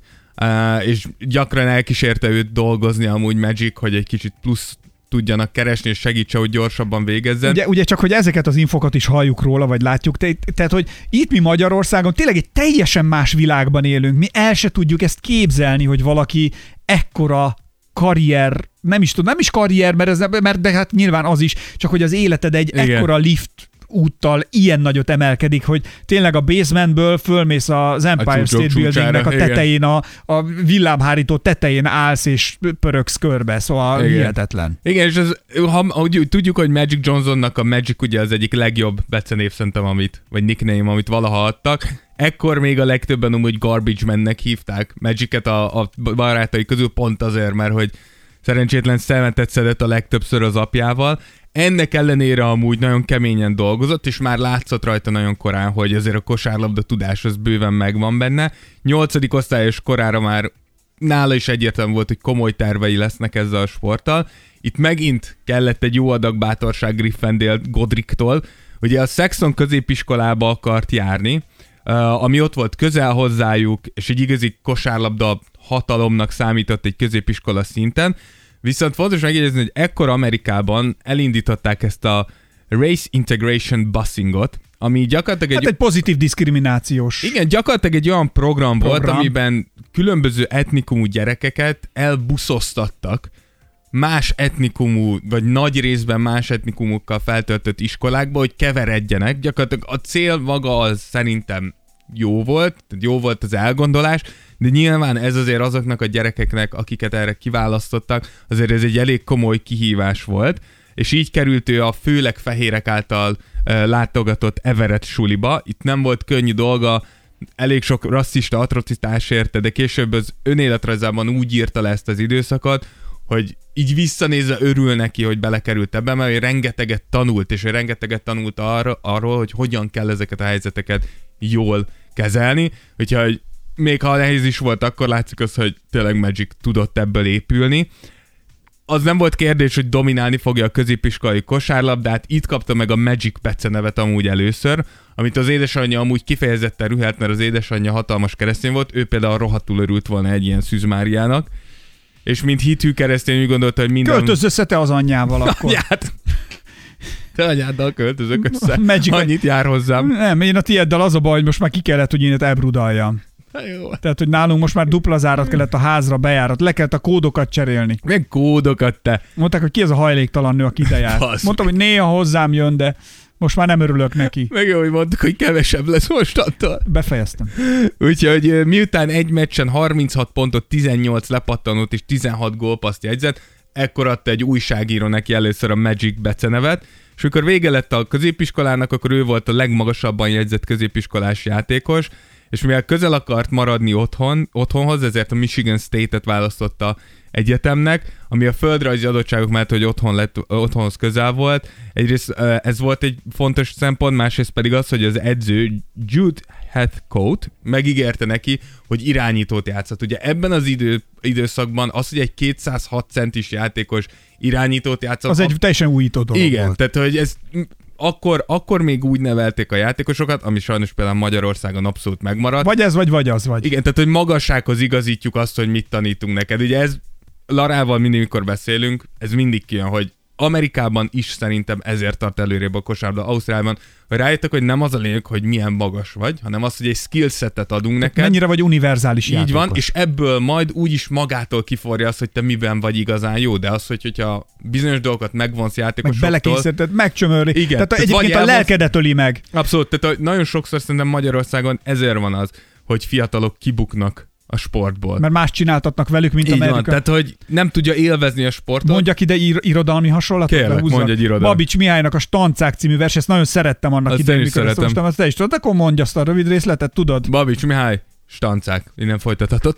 és gyakran elkísérte őt dolgozni amúgy Magic, hogy egy kicsit plusz tudjanak keresni, és segítse, hogy gyorsabban végezzen. Ugye csak, hogy ezeket az infokat is halljuk róla, vagy látjuk. Tehát, hogy itt mi Magyarországon tényleg egy teljesen más világban élünk. Mi el se tudjuk ezt képzelni, hogy valaki ekkora karrier, nem is karrier, mert de hát nyilván az is, csak hogy az életed egy ekkora lift úttal ilyen nagyot emelkedik, hogy tényleg a basementből fölmész az Empire State Buildingnek a tetején, a villámhárító tetején állsz és pöröksz körbe, szóval hihetetlen. Igen, és úgy tudjuk, hogy Magic Johnsonnak a Magic ugye az egyik legjobb becenév szerintem, vagy nickname, amit valaha adtak. Ekkor még a legtöbben úgy Garbage Man-nek hívták Magicet a barátai közül pont azért, mert hogy szerencsétlen szemetet szedett a legtöbbször az apjával. Ennek ellenére amúgy nagyon keményen dolgozott, és már látszott rajta nagyon korán, hogy azért a kosárlabda tudás az bőven megvan benne. 8. osztályos korára már nála is egyértelmű volt, hogy komoly tervei lesznek ezzel a sporttal. Itt megint kellett egy jó adag bátorság Gryffindor Godric-tól. Ugye a Saxon középiskolába akart járni, ami ott volt közel hozzájuk, és egy igazi kosárlabda hatalomnak számított egy középiskola szinten. Viszont fontos megjegyezni, hogy ekkor Amerikában elindították ezt a Race Integration Busingot, ami gyakorlatilag egy pozitív diszkriminációs. Igen, gyakorlatilag egy olyan program volt, amiben különböző etnikumú gyerekeket elbuszoztattak más etnikumú, vagy nagy részben más etnikumukkal feltöltött iskolákba, hogy keveredjenek. Gyakorlatilag a cél maga az szerintem jó volt az elgondolás, de nyilván ez azért azoknak a gyerekeknek, akiket erre kiválasztottak, azért ez egy elég komoly kihívás volt, és így került ő a főleg fehérek által látogatott Everett suliba. Itt nem volt könnyű dolga, elég sok rasszista atrocitás érte, de később az önéletrajzában úgy írta le ezt az időszakot, hogy így visszanézve örül neki, hogy belekerült ebbe, mert rengeteget tanult, és rengeteget tanult arról, hogy hogyan kell ezeket a helyzeteket jól kezelni. Úgyhogy még ha nehéz is volt, akkor látszik az, hogy tényleg Magic tudott ebből épülni. Az nem volt kérdés, hogy dominálni fogja a középiskolai kosárlabdát, itt kapta meg a Magic becenevet amúgy először, amit az édesanyja amúgy kifejezetten rühelt, mert az édesanyja hatalmas keresztény volt, ő például rohadtul örült volna egy ilyen Szűz Máriának, és mint hithű keresztény úgy gondolta, hogy minden... Költözz össze te az anyjával akkor. Anyád. Te anyáddal költözök össze. Annyit jár hozzám. Nem, én a tieddel az a baj, hogy most már ki kellett, hogy én itt elbrudaljam. Jó. Tehát, hogy nálunk most már dupla zárat kellett a házra bejárat, le kellett a kódokat cserélni. Milyen kódokat te? Mondták, hogy ki az a hajléktalan nő, aki ide jár. Mondtam, hogy néha hozzám jön, de most már nem örülök neki. Meg jó, hogy mondtuk, hogy kevesebb lesz most attól. Befejeztem. Úgyhogy miután egy meccsen 36 pontot, 18 lepattanót és 16 gólpasszt jegyzett, ekkor adta egy újságíró neki először a Magic becenevet, és amikor vége lett a középiskolának, akkor ő volt a legmagasabban jegyzett középiskolás játékos, és mivel közel akart maradni otthonhoz, ezért a Michigan State-et választotta egyetemnek, ami a földrajzi adottságok mellett, hogy otthonhoz közel volt. Egyrészt ez volt egy fontos szempont, másrészt pedig az, hogy az edző Jude Heathcote megígérte neki, hogy irányítót játszhat. Ugye ebben az időszakban az, hogy egy 206 centis játékos irányítót játszott... Az egy teljesen újító dolog igen, volt. Tehát hogy ez... Akkor még úgy nevelték a játékosokat, ami sajnos például Magyarországon abszolút megmaradt. Vagy ez, vagy az vagy. Igen, tehát hogy magassághoz igazítjuk azt, hogy mit tanítunk neked. Ugye ez Larával mindig, mikor beszélünk, ez mindig kijön, hogy Amerikában is szerintem ezért tart előrébb a kosárlabda, Ausztráliában, hogy rájöttek, hogy nem az a lényeg, hogy milyen magas vagy, hanem az, hogy egy skillsetet adunk neked. Mennyire vagy univerzális így játékos. van, és ebből majd úgyis magától kiforja az, hogy te miben vagy igazán jó, de az, hogyha bizonyos dolgokat megvonsz játékosoktól... Meg belekényszeríted, megcsömörli. Igen, tehát egyébként a lelkedet öli meg. Abszolút, tehát nagyon sokszor szerintem Magyarországon ezért van az, hogy fiatalok kibuknak a sportból. Mert más csináltatnak velük, mint Amerika. Van, tehát hogy nem tudja élvezni a sportot. Mondjak ide irodalmi hasonlatot. Kérlek, mondj egy irodalmi. Babics Mihálynak a Stancák című vers, ezt nagyon szerettem annak idején, mikor ezt olvastam. Azt te is tudod, akkor mondj azt a rövid részletet, tudod? Babics Mihály, Stancák. Innen folytathatott.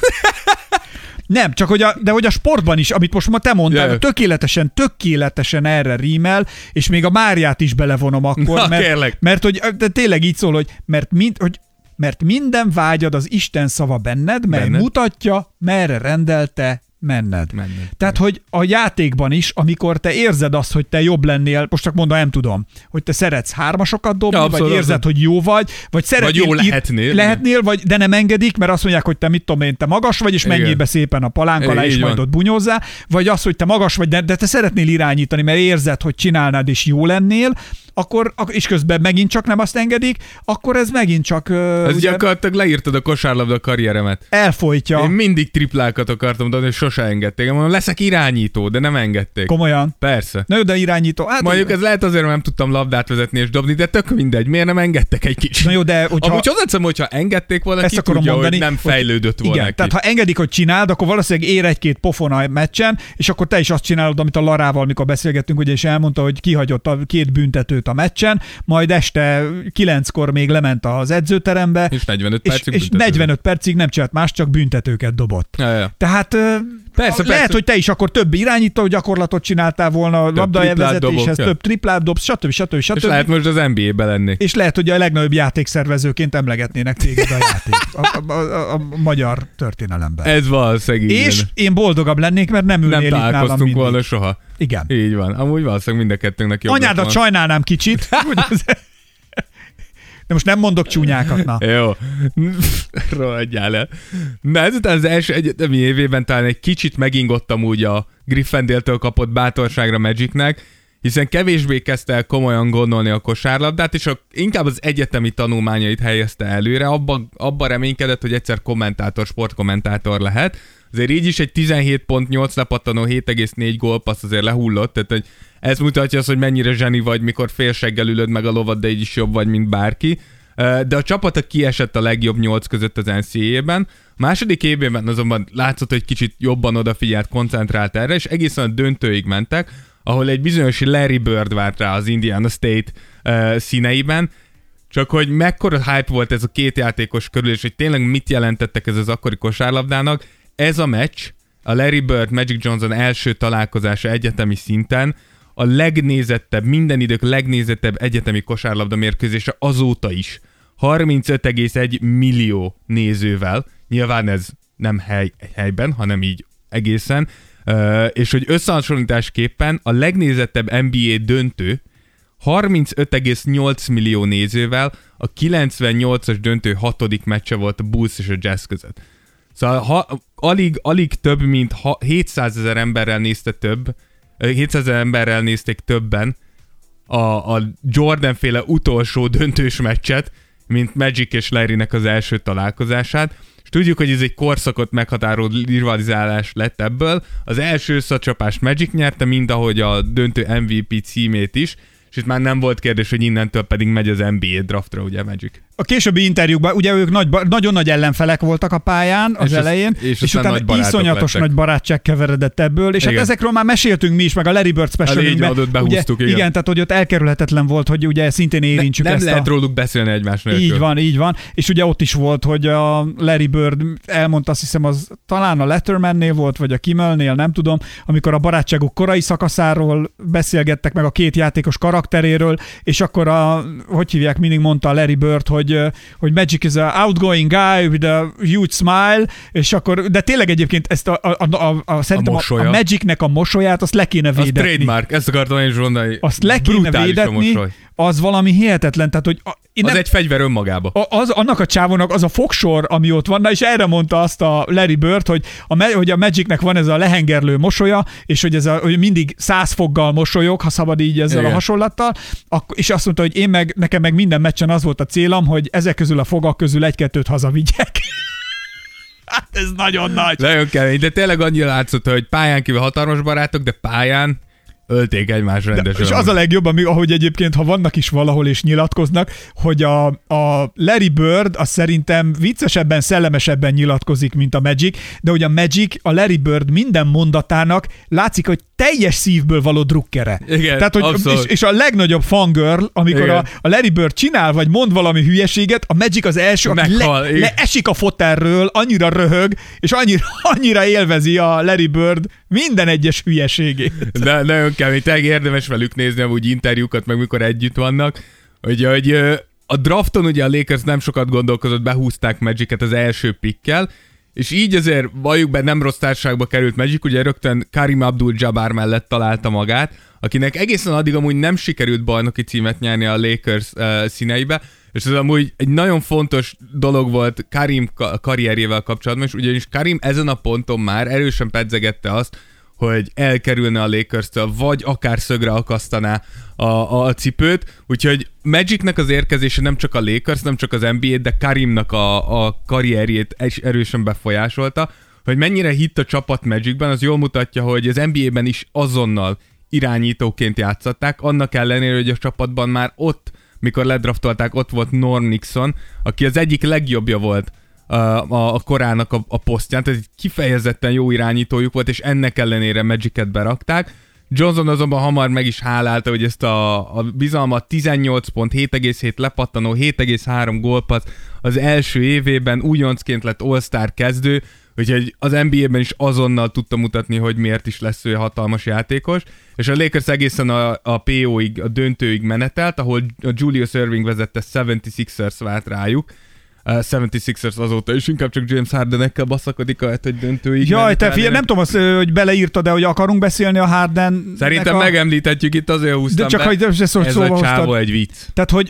Nem, csak hogy a sportban is, amit most ma te mondtál, yeah. tökéletesen erre rímel, és még a Máriát is belevonom akkor, mert hogy de tényleg így szól, hogy mert minden vágyad az Isten szava benned, mely mutatja, merre rendelte menned. Tehát, hogy a játékban is, amikor te érzed azt, hogy te jobb lennél, most csak mondom, nem tudom, hogy te szeretsz hármasokat dobni, ja, vagy érzed, hogy jó vagy szeretnél, vagy jó lehetnél, vagy de nem engedik, mert azt mondják, hogy te mit tudom én, te magas vagy, és menjél be szépen a palánk alá, és majd ott bunyózzál, vagy az, hogy te magas vagy, de te szeretnél irányítani, mert érzed, hogy csinálnád, és jó lennél, akkor, és közben megint csak nem azt engedik, akkor ez megint csak... Ez ugye, gyakorlatilag leírtad a kosárlabda karrieremet. Elfolytja. Én mindig triplákat akartam dobni, és sose engedték. Mondom, leszek irányító, de nem engedték. Komolyan? Persze. Na jó, de irányító. Hát mondjuk ez lehet azért, mert nem tudtam labdát vezetni és dobni, de tök mindegy. Miért nem engedtek egy kicsit? Na jó, de hogyha... Amúgy hozzátszom, hogyha engedték volna, ki tudja, mondani, hogy nem fejlődött volna igen, neki. Tehát ha engedik, hogy csináld, akkor valószínűleg ér egy-két pofon a meccsen, és akkor te is azt csinálod, amit a Larával, mikor beszélgettünk, ugye, és elmondta, hogy kihagyott a 2 büntetőt a meccsen, majd este 9-kor még lement az edzőterembe, és 45 percig nem csinált más, csak büntetőket dobott. Ja. Tehát lehet, hogy te is akkor több irányító gyakorlatot csináltál volna a labdavezetéshez, több triplát dobsz, stb. És lehet most az NBA-be lenni. És lehet, hogy a legnagyobb játékszervezőként emlegetnének téged a játék. A magyar történelemben. Ez valószínűleg. És én boldogabb lennék, mert nem ülnél itt nálam mindig. Nem találkoztunk volna soha. Igen. Így van. Amúgy valószínűleg mind a kettőnknek jobb. Anyádat sajnálnám kicsit. De most nem mondok csúnyákat, na. Jó. Rohadjál el. Na ezután az első egyetemi évében talán egy kicsit megingottam úgy a Gryffindortől kapott bátorságra Magicnek, hiszen kevésbé kezdte el komolyan gondolni a kosárlabdát, és inkább az egyetemi tanulmányait helyezte előre, abban reménykedett, hogy egyszer sportkommentátor lehet. Azért így is egy 17.8 lepattanó, 7,4 gólpassz azért lehullott, tehát hogy ez mutatja azt, hogy mennyire zseni vagy, mikor félseggel ülöd meg a lovat, de így is jobb vagy, mint bárki. De a csapata kiesett a legjobb 8 között az NCAA-ben. Második évben azonban látszott, hogy kicsit jobban odafigyelt, koncentrált erre, és egészen a döntőig mentek, ahol egy bizonyos Larry Bird várt rá az Indiana State színeiben, csak hogy mekkora hype volt ez a két játékos körül, és hogy tényleg mit jelentettek ez az akkori kosárlabdának, ez a meccs, a Larry Bird, Magic Johnson első találkozása egyetemi szinten a legnézettebb, minden idők legnézettebb egyetemi kosárlabda mérkőzése azóta is. 35,1 millió nézővel, nyilván ez nem helyben, hanem így egészen, és hogy összehasonlításképpen a legnézettebb NBA döntő 35,8 millió nézővel a 98-as döntő 6. meccse volt a Bulls és a Jazz között. Szóval alig több, mint 700 000 emberrel nézte 700 000 emberrel nézték többen a Jordan-féle utolsó döntős meccset, mint Magic és Larrynek az első találkozását, és tudjuk, hogy ez egy korszakot meghatározó rivalizálás lett ebből. Az első összecsapást Magic nyerte, mind ahogy a döntő MVP címét is, és itt már nem volt kérdés, hogy innentől pedig megy az NBA draftra, ugye Magic. A későbbi interjúkban ugye ők nagyon nagy ellenfelek voltak a pályán az elején, és utána iszonyatos nagy barátság keveredett ebből, és igen. Hát ezekről már meséltünk mi is, meg a Larry Bird specialünkben. Behúztuk, ugye, igen, tehát hogy ott elkerülhetetlen volt, hogy ugye szintén érintsük ezt. Nem lehet róluk beszélni egymás nélkül. Így van. És ugye ott is volt, hogy a Larry Bird elmondta, azt hiszem, az talán a Lettermannél volt, vagy a Kimmelnél, nem tudom, amikor a barátságuk korai szakaszáról beszélgettek, meg a két játékos karakteréről, és akkor hogy hívják, mindig mondta a Larry Bird, hogy Magic is an outgoing guy with a huge smile, és akkor, de tényleg egyébként ezt szerintem a Magicnek a mosolyát, azt le kéne védeni. Az trademark, ezt akartam én is mondani. Azt le kéne védetni, az valami hihetetlen, tehát hogy az egy fegyver önmagába. Annak a csávónak az a fogsor, ami ott van, és erre mondta azt a Larry Bird, hogy a Magicnek van ez a lehengerlő mosolya, és hogy mindig 100 foggal mosolyog, ha szabad így ezzel a hasonlattal, és azt mondta, hogy nekem meg minden meccsen az volt a célom, hogy ezek közül a fogak közül 1-2-t hazavigyek. Hát ez nagyon nagy. Nagyon kemény, de tényleg annyira látszott, hogy pályán kívül hatalmas barátok, de pályán ölték egymás rendesen. És az a legjobb, ahogy egyébként, ha vannak is valahol és nyilatkoznak, hogy a Larry Bird az szerintem viccesebben, szellemesebben nyilatkozik, mint a Magic, de hogy a Magic a Larry Bird minden mondatának látszik, hogy teljes szívből való drukkere. Igen, tehát, hogy, és a legnagyobb fangirl, amikor a Larry Bird csinál, vagy mond valami hülyeséget, a Magic az első, aki leesik a fotelről, annyira röhög, és annyira élvezi a Larry Bird minden egyes hülyeségét. De nagyon kemény, érdemes velük nézni amúgy interjúkat, meg mikor együtt vannak, hogy a drafton ugye a Lakers nem sokat gondolkozott, behúzták Magicet az első pickkel, és így azért valljuk be, nem rossz társaságba került Magic, ugye rögtön Kareem Abdul-Jabbar mellett találta magát, akinek egészen addig amúgy nem sikerült bajnoki címet nyerni a Lakers színeibe, és ez amúgy egy nagyon fontos dolog volt Kareem karrierjével kapcsolatban, és ugyanis Kareem ezen a ponton már erősen pedzegette azt, hogy elkerülne a Lakers-től, vagy akár szögre akasztaná a cipőt, úgyhogy Magicnek az érkezése nem csak a Lakers, nem csak az NBA-t, de Kareemnak a karrierjét erősen befolyásolta. Hogy mennyire hitt a csapat Magicben, az jól mutatja, hogy az NBA-ben is azonnal irányítóként játszották, annak ellenére, hogy a csapatban már ott, mikor ledraftolták, ott volt Norm Nixon, aki az egyik legjobbja volt a korának a posztján, tehát egy kifejezetten jó irányítójuk volt, és ennek ellenére Magicet berakták. Johnson azonban hamar meg is hálálta, hogy ezt a bizalmat 18 pont, 7,7 lepattanó, 7,3 gólpassz az első évében, újoncként lett All-Star kezdő, úgyhogy az NBA-ben is azonnal tudta mutatni, hogy miért is lesz ő hatalmas játékos, és a Lakers egészen a PO-ig, a döntőig menetelt, ahol a Julius Erving vezette 76ers vált rájuk. 76ers azóta is inkább csak James Hardenekkel baszakodik, hogy döntőig. Jaj, te figyelj, nem tudom azt, hogy beleírtad, de hogy akarunk beszélni a Harden. Szerintem megemlítetjük itt, azért húztam de csak, be. Hogy ez a csávó egy vicc. Tehát, hogy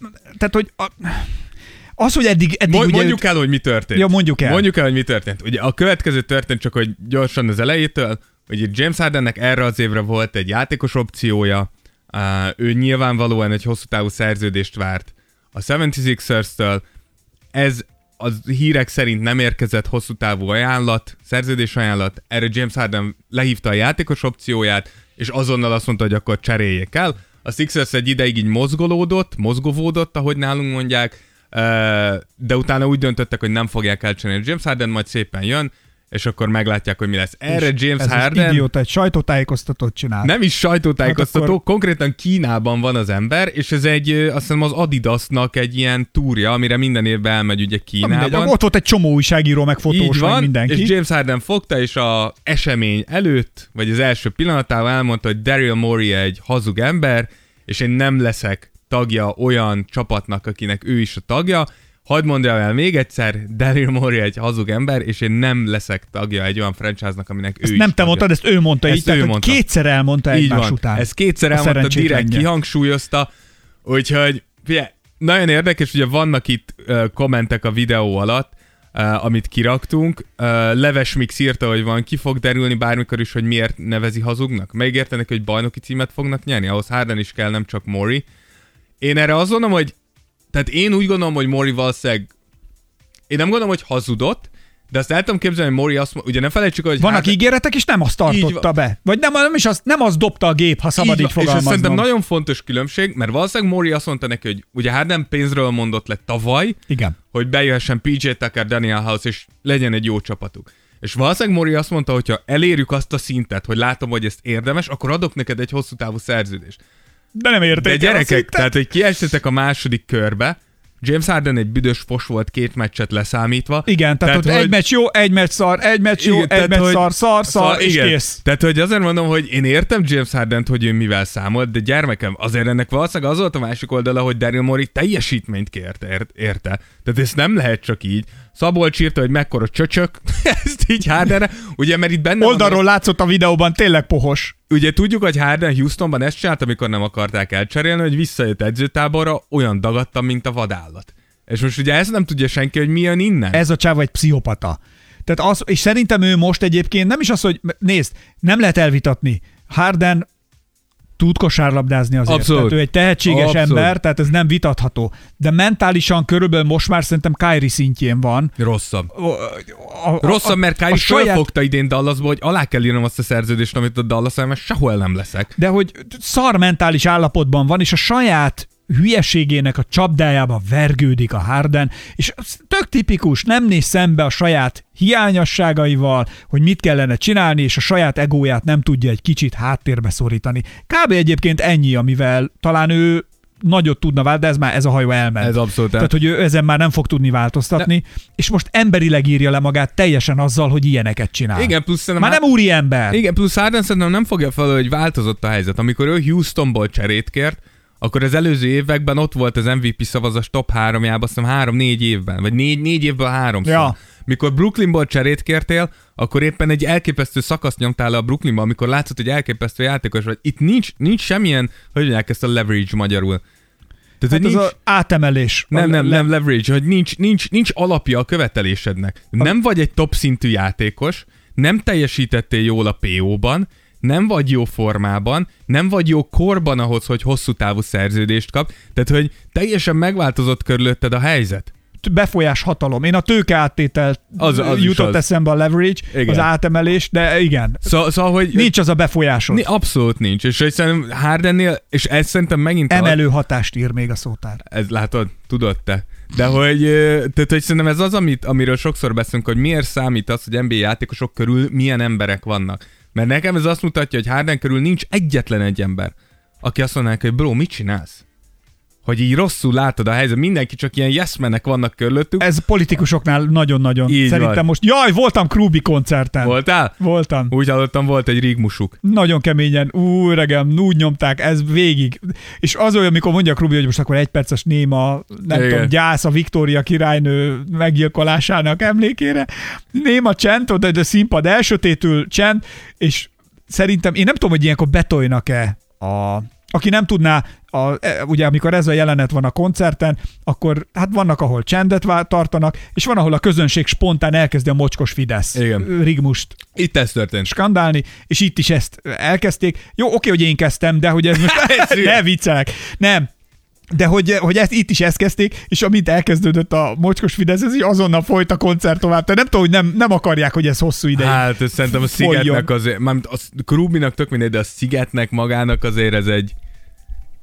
az, hogy eddig mondjuk el, hogy mi történt. Ja, mondjuk el, hogy mi történt. Ugye a következő történt, csak hogy gyorsan az elejétől, hogy James Hardennek erre az évre volt egy játékos opciója, ő nyilvánvalóan egy hosszú távú szerződést várt a 76ers-től, ez az hírek szerint nem érkezett hosszú távú ajánlat, szerződés ajánlat, erre James Harden lehívta a játékos opcióját, és azonnal azt mondta, hogy akkor cseréljék el. A Sixers egy ideig így mozgovódott, ahogy nálunk mondják, de utána úgy döntöttek, hogy nem fogják elcserélni James Harden, majd szépen jön, és akkor meglátják, hogy mi lesz. Erre James Harden... Ez idióta, egy sajtótájékoztatót csinál. Nem is sajtótájékoztató, akkor... konkrétan Kínában van az ember, és ez egy, azt hiszem az Adidasnak egy ilyen túrja, amire minden évben elmegy ugye Kínában. Ott volt egy csomó újságíró, meg fotós, van, meg mindenki. És James Harden fogta, és az esemény előtt, vagy az első pillanatában elmondta, hogy Daryl Morey egy hazug ember, és én nem leszek tagja olyan csapatnak, akinek ő is a tagja. Hadd mondjam el még egyszer, Daryl Morey egy hazug ember, és én nem leszek tagja egy olyan franchise-nak, aminek ő ezt is nem te tagja. mondtad, ezt ő mondta ezt így, tehát mondta. Kétszer elmondta így egymás van. után. Ezt kétszer elmondta, direkt kihangsúlyozta, úgyhogy figyelj, nagyon érdekes, ugye vannak itt kommentek a videó alatt, amit kiraktunk. Leves Mix írta, hogy ki fog derülni bármikor is, hogy miért nevezi hazugnak. Megértenek, hogy bajnoki címet fognak nyerni, ahhoz Harden is kell, nem csak Morey. Én erre azt gondolom, hogy tehát én úgy gondolom, hogy Morey valószínűleg én nem gondolom, hogy hazudott, de azt el tudom képzelni, hogy Morey azt ugye ne felejtsük, hogy vannak ígéretek, és nem azt tartotta be. Vagy nem azt dobta a gép, ha szabad így fogalmaznom. És ez szerintem nagyon fontos különbség, mert valószínűleg Morey azt mondta neki, hogy ugye Harden pénzről mondott le tavaly, igen, hogy bejöhessen PJ Tucker, Daniel House, és legyen egy jó csapatuk. És valószínűleg Morey azt mondta, hogy ha elérjük azt a szintet, hogy látom, hogy ezt érdemes, akkor adok neked egy hosszú távú szerződést. De nem érték. De gyerekek, tehát hogy kiestetek a második körbe, James Harden egy büdös fos volt 2 meccset leszámítva. Igen, tehát ott egy meccs jó, egy meccs szar, egy meccs jó, egy meccs szar, és igen. kész. Tehát, hogy azért mondom, hogy én értem James Hardent, hogy ő mivel számolt, de gyermekem, azért ennek valószínűleg az volt a másik oldala, hogy Daryl Morey teljesítményt kért érte. Tehát ezt nem lehet csak így. Szabolcs írta, hogy mekkora csöcsök, ezt így Hardenre, ugye, mert itt benne oldalról látszott a videóban, tényleg pohos. Ugye tudjuk, hogy Harden Houstonban ezt csinált, amikor nem akarták elcserélni, hogy visszajött edzőtáborra, olyan dagadtam, mint a vadállat. És most ugye ezt nem tudja senki, hogy mi jön innen. Ez a csáv egy pszichopata. Tehát és szerintem ő most egyébként nem is az, hogy nézd, nem lehet elvitatni. Harden tud kosárlabdázni azért. Abszolút. Tehát ő egy tehetséges ember, tehát ez nem vitatható. De mentálisan körülbelül most már szerintem Kyrie szintjén van. Rosszabb. Rosszabb, mert Kyrie felfogta idén Dallasba, hogy alá kell írnom azt a szerződést, amit a Dallas, mert sehol nem leszek. De hogy szar mentális állapotban van, és a saját hülyeségének a csapdájába vergődik a Harden, és tök tipikus, nem néz szembe a saját hiányosságaival, hogy mit kellene csinálni, és a saját egóját nem tudja egy kicsit háttérbe szorítani. Kb. Egyébként ennyi, amivel talán ő nagyot tudna változni, de ez a hajó elment. Ez abszolút. Tehát, hogy ő ezen már nem fog tudni változtatni, és most emberileg írja le magát teljesen azzal, hogy ilyeneket csinál. Igen, plusz már nem úri ember. Igen, plusz Harden szerintem nem fogja fel, hogy változott a helyzet. Amikor ő Houstonból cserét kért, akkor az előző években ott volt az MVP szavazás top 3-jában, azt hiszem 3-4 évben, vagy 4 évből 3-szor. Ja. Mikor Brooklynból cserét kértél, akkor éppen egy elképesztő szakaszt nyomtál le a Brooklynba, amikor látszott, hogy elképesztő játékos vagy. Itt nincs semmilyen, hogy mondják ezt a leverage magyarul. Tehát, hát nincs, az átemelés. Nem leverage, hogy nincs alapja a követelésednek. Nem vagy egy top szintű játékos, nem teljesítettél jól a PO-ban, nem vagy jó formában, nem vagy jó korban ahhoz, hogy hosszú távú szerződést kap, tehát hogy teljesen megváltozott körülötted a helyzet. Befolyás hatalom. Én a tőke áttételt az jutott eszembe a leverage, igen. Az átemelés, de igen. Szóval, hogy nincs az a befolyásod. Abszolút nincs. És szerintem Hardennél, és ez szerintem megint... Emelő hatást ír még a szótár. Ez látod, tudod te. De hogy szerintem ez az, amiről sokszor beszélünk, hogy miért számít az, hogy NBA játékosok körül milyen emberek vannak. Mert nekem ez azt mutatja, hogy Harden körül nincs egyetlen egy ember, aki azt mondaná, hogy bro, mit csinálsz? Hogy így rosszul látod a helyzet, mindenki csak ilyen yes-menek vannak körülöttük. Ez politikusoknál nagyon-nagyon. Így szerintem van. most, voltam Krúbi koncerten. Voltál? Voltam. Úgy hallottam, volt egy rigmusuk. Nagyon keményen, regem, úgy nyomták, ez végig. És az olyan, amikor mondja Krúbi, hogy most akkor 1 perces néma, nem tudom, gyász a Viktória királynő meggyilkolásának emlékére. Néma csend, de a színpad elsötétül csend, és szerintem, én nem tudom, hogy ilyenkor betolnak-e aki nem tudná, ugye amikor ez a jelenet van a koncerten, akkor hát vannak, ahol csendet tartanak, és van, ahol a közönség spontán elkezdi a mocskos Fidesz rigmust itt ez történt. Skandálni, és itt is ezt elkezdték. Jó, oké, hogy én kezdtem, de hogy ez most ne viccelek. Nem. De hogy itt is ezt kezdték, és amint elkezdődött a mocskos Fidesz, ez is azonnal folyt a koncert tovább. Tehát nem tudom, hogy nem akarják, hogy ez hosszú ideig. Hát szerintem a Szigetnek azért, a Krúbinak tök mindegy, de a Szigetnek magának azért ez egy...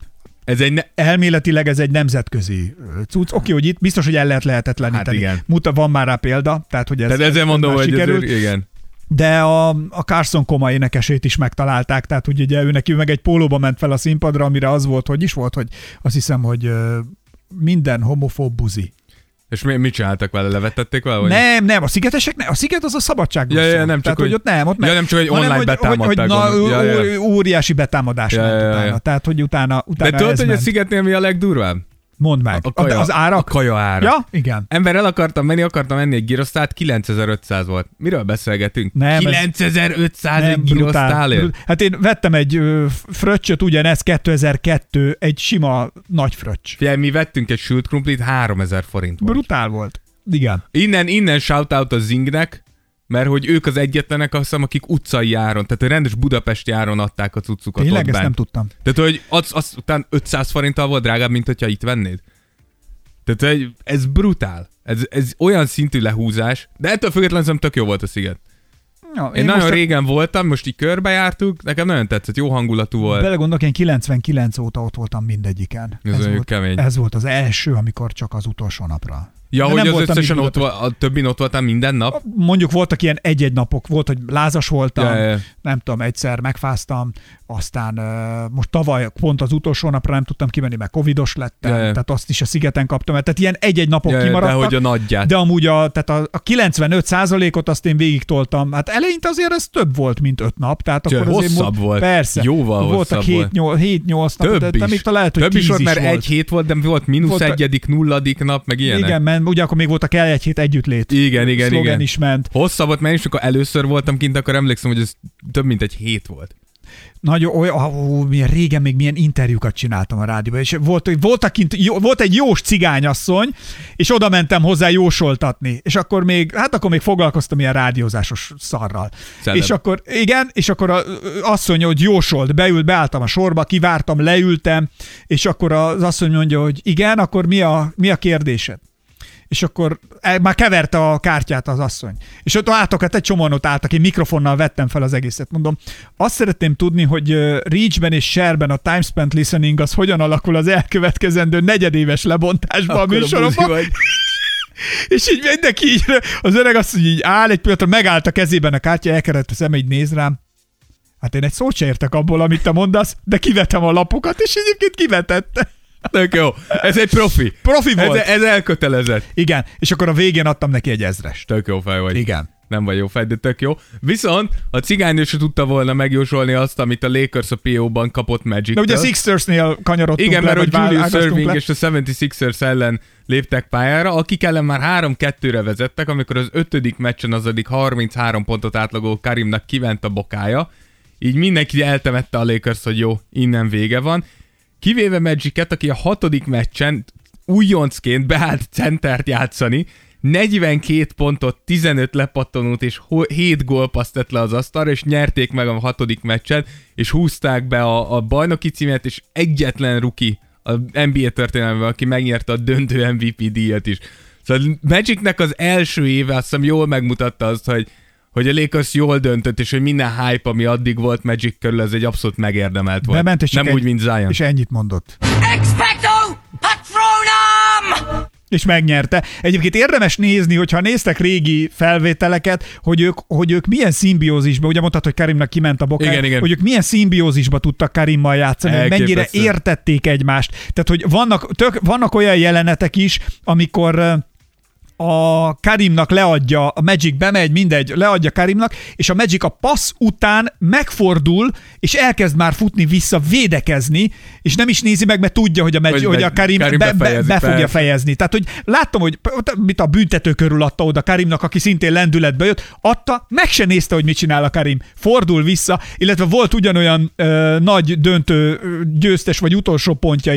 Elméletileg ez egy nemzetközi cucc. Oké, hogy itt biztos, hogy el lehetetleníteni. Hát igen. Van már rá példa, tehát hogy ez ezzel mondom, hogy sikerült. igen. De a Carson Koma énekesét is megtalálták, tehát hogy ugye ő neki meg egy pólóba ment fel a színpadra, amire az volt, hogy azt hiszem, hogy minden homofób buzi. És mit csináltak vele? Levetették vele? Nem, a szigetesek nem. A sziget az a szabadságban szól. Nem csak, tehát, hogy ott nem. Ott nem csak, hogy online betámadták. Óriási betámadás ment utána. Tehát, hogy utána de tudod, hogy a szigetnél mi a legdurvább? Mondd meg. Az árak? A kaja ára. Ja, igen. Ember akartam menni egy gyrosztált, 9500 volt. Miről beszélgetünk? 9500 egy gyrosztálért? Hát én vettem egy fröccsöt, ugyanez 2002, egy sima nagy fröccs. Figyelj, mi vettünk egy sült krumplit, 3000 forint volt. Brutál volt. Igen. Innen shoutout a Zingnek, mert hogy ők az egyetlenek, azt hiszem, akik utcai áron, tehát a rendes budapesti áron adták a cuccukat. Tényleg, ezt nem tudtam. Tehát, hogy az után 500 forinttal volt drágább, mint hogyha itt vennéd. Tehát ez brutál. Ez olyan szintű lehúzás, de ettől függetlenül szerintem tök jó volt a sziget. Ja, én nagyon régen voltam, most így körbejártuk, nekem nagyon tetszett, jó hangulatú volt. Belegondolok, én 99 óta ott voltam mindegyiken. Ez volt az első, amikor csak az utolsó napra. Ja, de hogy az összesen a többin ott voltál minden nap? Mondjuk voltak ilyen egy-egy napok, volt, hogy lázas voltam, nem tudom, egyszer megfáztam, aztán most tavaly pont az utolsó napra nem tudtam kimenni, mert covidos lettem, tehát azt is a szigeten kaptam, tehát ilyen egy-egy napok kimaradtak. De hogy a nagyját. De amúgy a 95%-ot azt én végig toltam, hát eleinte azért ez több volt, mint 5 nap, tehát akkor azért hosszabb volt. Persze. Jóval voltak hosszabb volt. 7-8 nap, több is. Lehet, hogy több is volt, mert egy hét volt, de volt -1, 0. nap, meg ilyenek. Igen, mert ugye akkor még voltak egy hét együttlét. Igen. is ment. Hosszabb volt, mert is, amikor először voltam kint, akkor emlékszem, hogy ez több mint egy hét volt. Milyen régen még milyen interjúkat csináltam a rádióban, és volt egy jós cigányasszony, és oda mentem hozzá jósoltatni, és akkor még foglalkoztam ilyen rádiózásos szarral. Szellem. És akkor az asszony, hogy jósolt, beálltam a sorba, kivártam, leültem, és akkor az asszony mondja, hogy igen, akkor mi a kérdésed? És akkor már keverte a kártyát az asszony. És ott álltak, egy csomóan ott álltak, én mikrofonnal vettem fel az egészet. Mondom, azt szeretném tudni, hogy Reachben és Shareben a time spent listening az hogyan alakul az elkövetkezendő negyedéves lebontásban a műsorokban. És így mindenki így, az öreg azt így áll, egy pillanatra megállt a kezében a kártya, elkerült a szeme, így néz rám. Hát én egy szót se értek abból, amit te mondasz, de kivetem a lapokat, és egyébként kivetette. Tök jó. Ez egy profi. Profi volt. Ez elkötelezett. Igen, és akkor a végén adtam neki egy 1000-est. Tök jó fej vagy. Igen. Nem vagy jó fej, de tök jó. Viszont a cigánynő se tudta volna megjósolni azt, amit a Lakers a PO-ban kapott Magic-től. De ugye a Sixersnél kanyarodtunk igen, mert hogy Julius Erving és a 76ers ellen léptek pályára, akik ellen már 3-2-re vezettek, amikor az 5. meccsen az addig 33 pontot átlagoló Karimnak kiment a bokája. Így mindenki eltemette a Lakers, hogy jó, innen vége van. Kivéve Magicet, aki a 6. meccsen újoncként beállt centert játszani, 42 pontot, 15 lepattanót és 7 gólpaszt tett le az asztalra, és nyerték meg a 6. meccsen, és húzták be a bajnoki címet, és egyetlen rookie a NBA történelemben, aki megnyerte a döntő MVP díjat is. Szóval Magicnek az első éve azt hiszem jól megmutatta azt, hogy a Lakers jól döntött, és hogy minden hype, ami addig volt Magic körül, ez egy abszolút megérdemelt volt. Bement, és nem úgy, mint Zion. És ennyit mondott. Expecto Patronum! És megnyerte. Egyébként érdemes nézni, hogyha néztek régi felvételeket, hogy ők milyen szimbiózisba, ugye mondtad, hogy Karimnak kiment a bokája, igen. hogy ők milyen szimbiózisba tudtak Karimmal játszani, hogy mennyire értették egymást. Tehát, hogy vannak olyan jelenetek is, amikor a Karimnak leadja, a Magic bemegy, mindegy, leadja Karimnak, és a Magic a passz után megfordul, és elkezd már futni vissza, védekezni, és nem is nézi meg, mert tudja, hogy a Karim be fogja fejezni. Tehát, hogy láttam, hogy mit a büntető körül adta oda Karimnak, aki szintén lendületbe jött, adta, meg se nézte, hogy mit csinál a Karim. Fordul vissza, illetve volt ugyanolyan nagy döntő győztes, vagy utolsó pontja is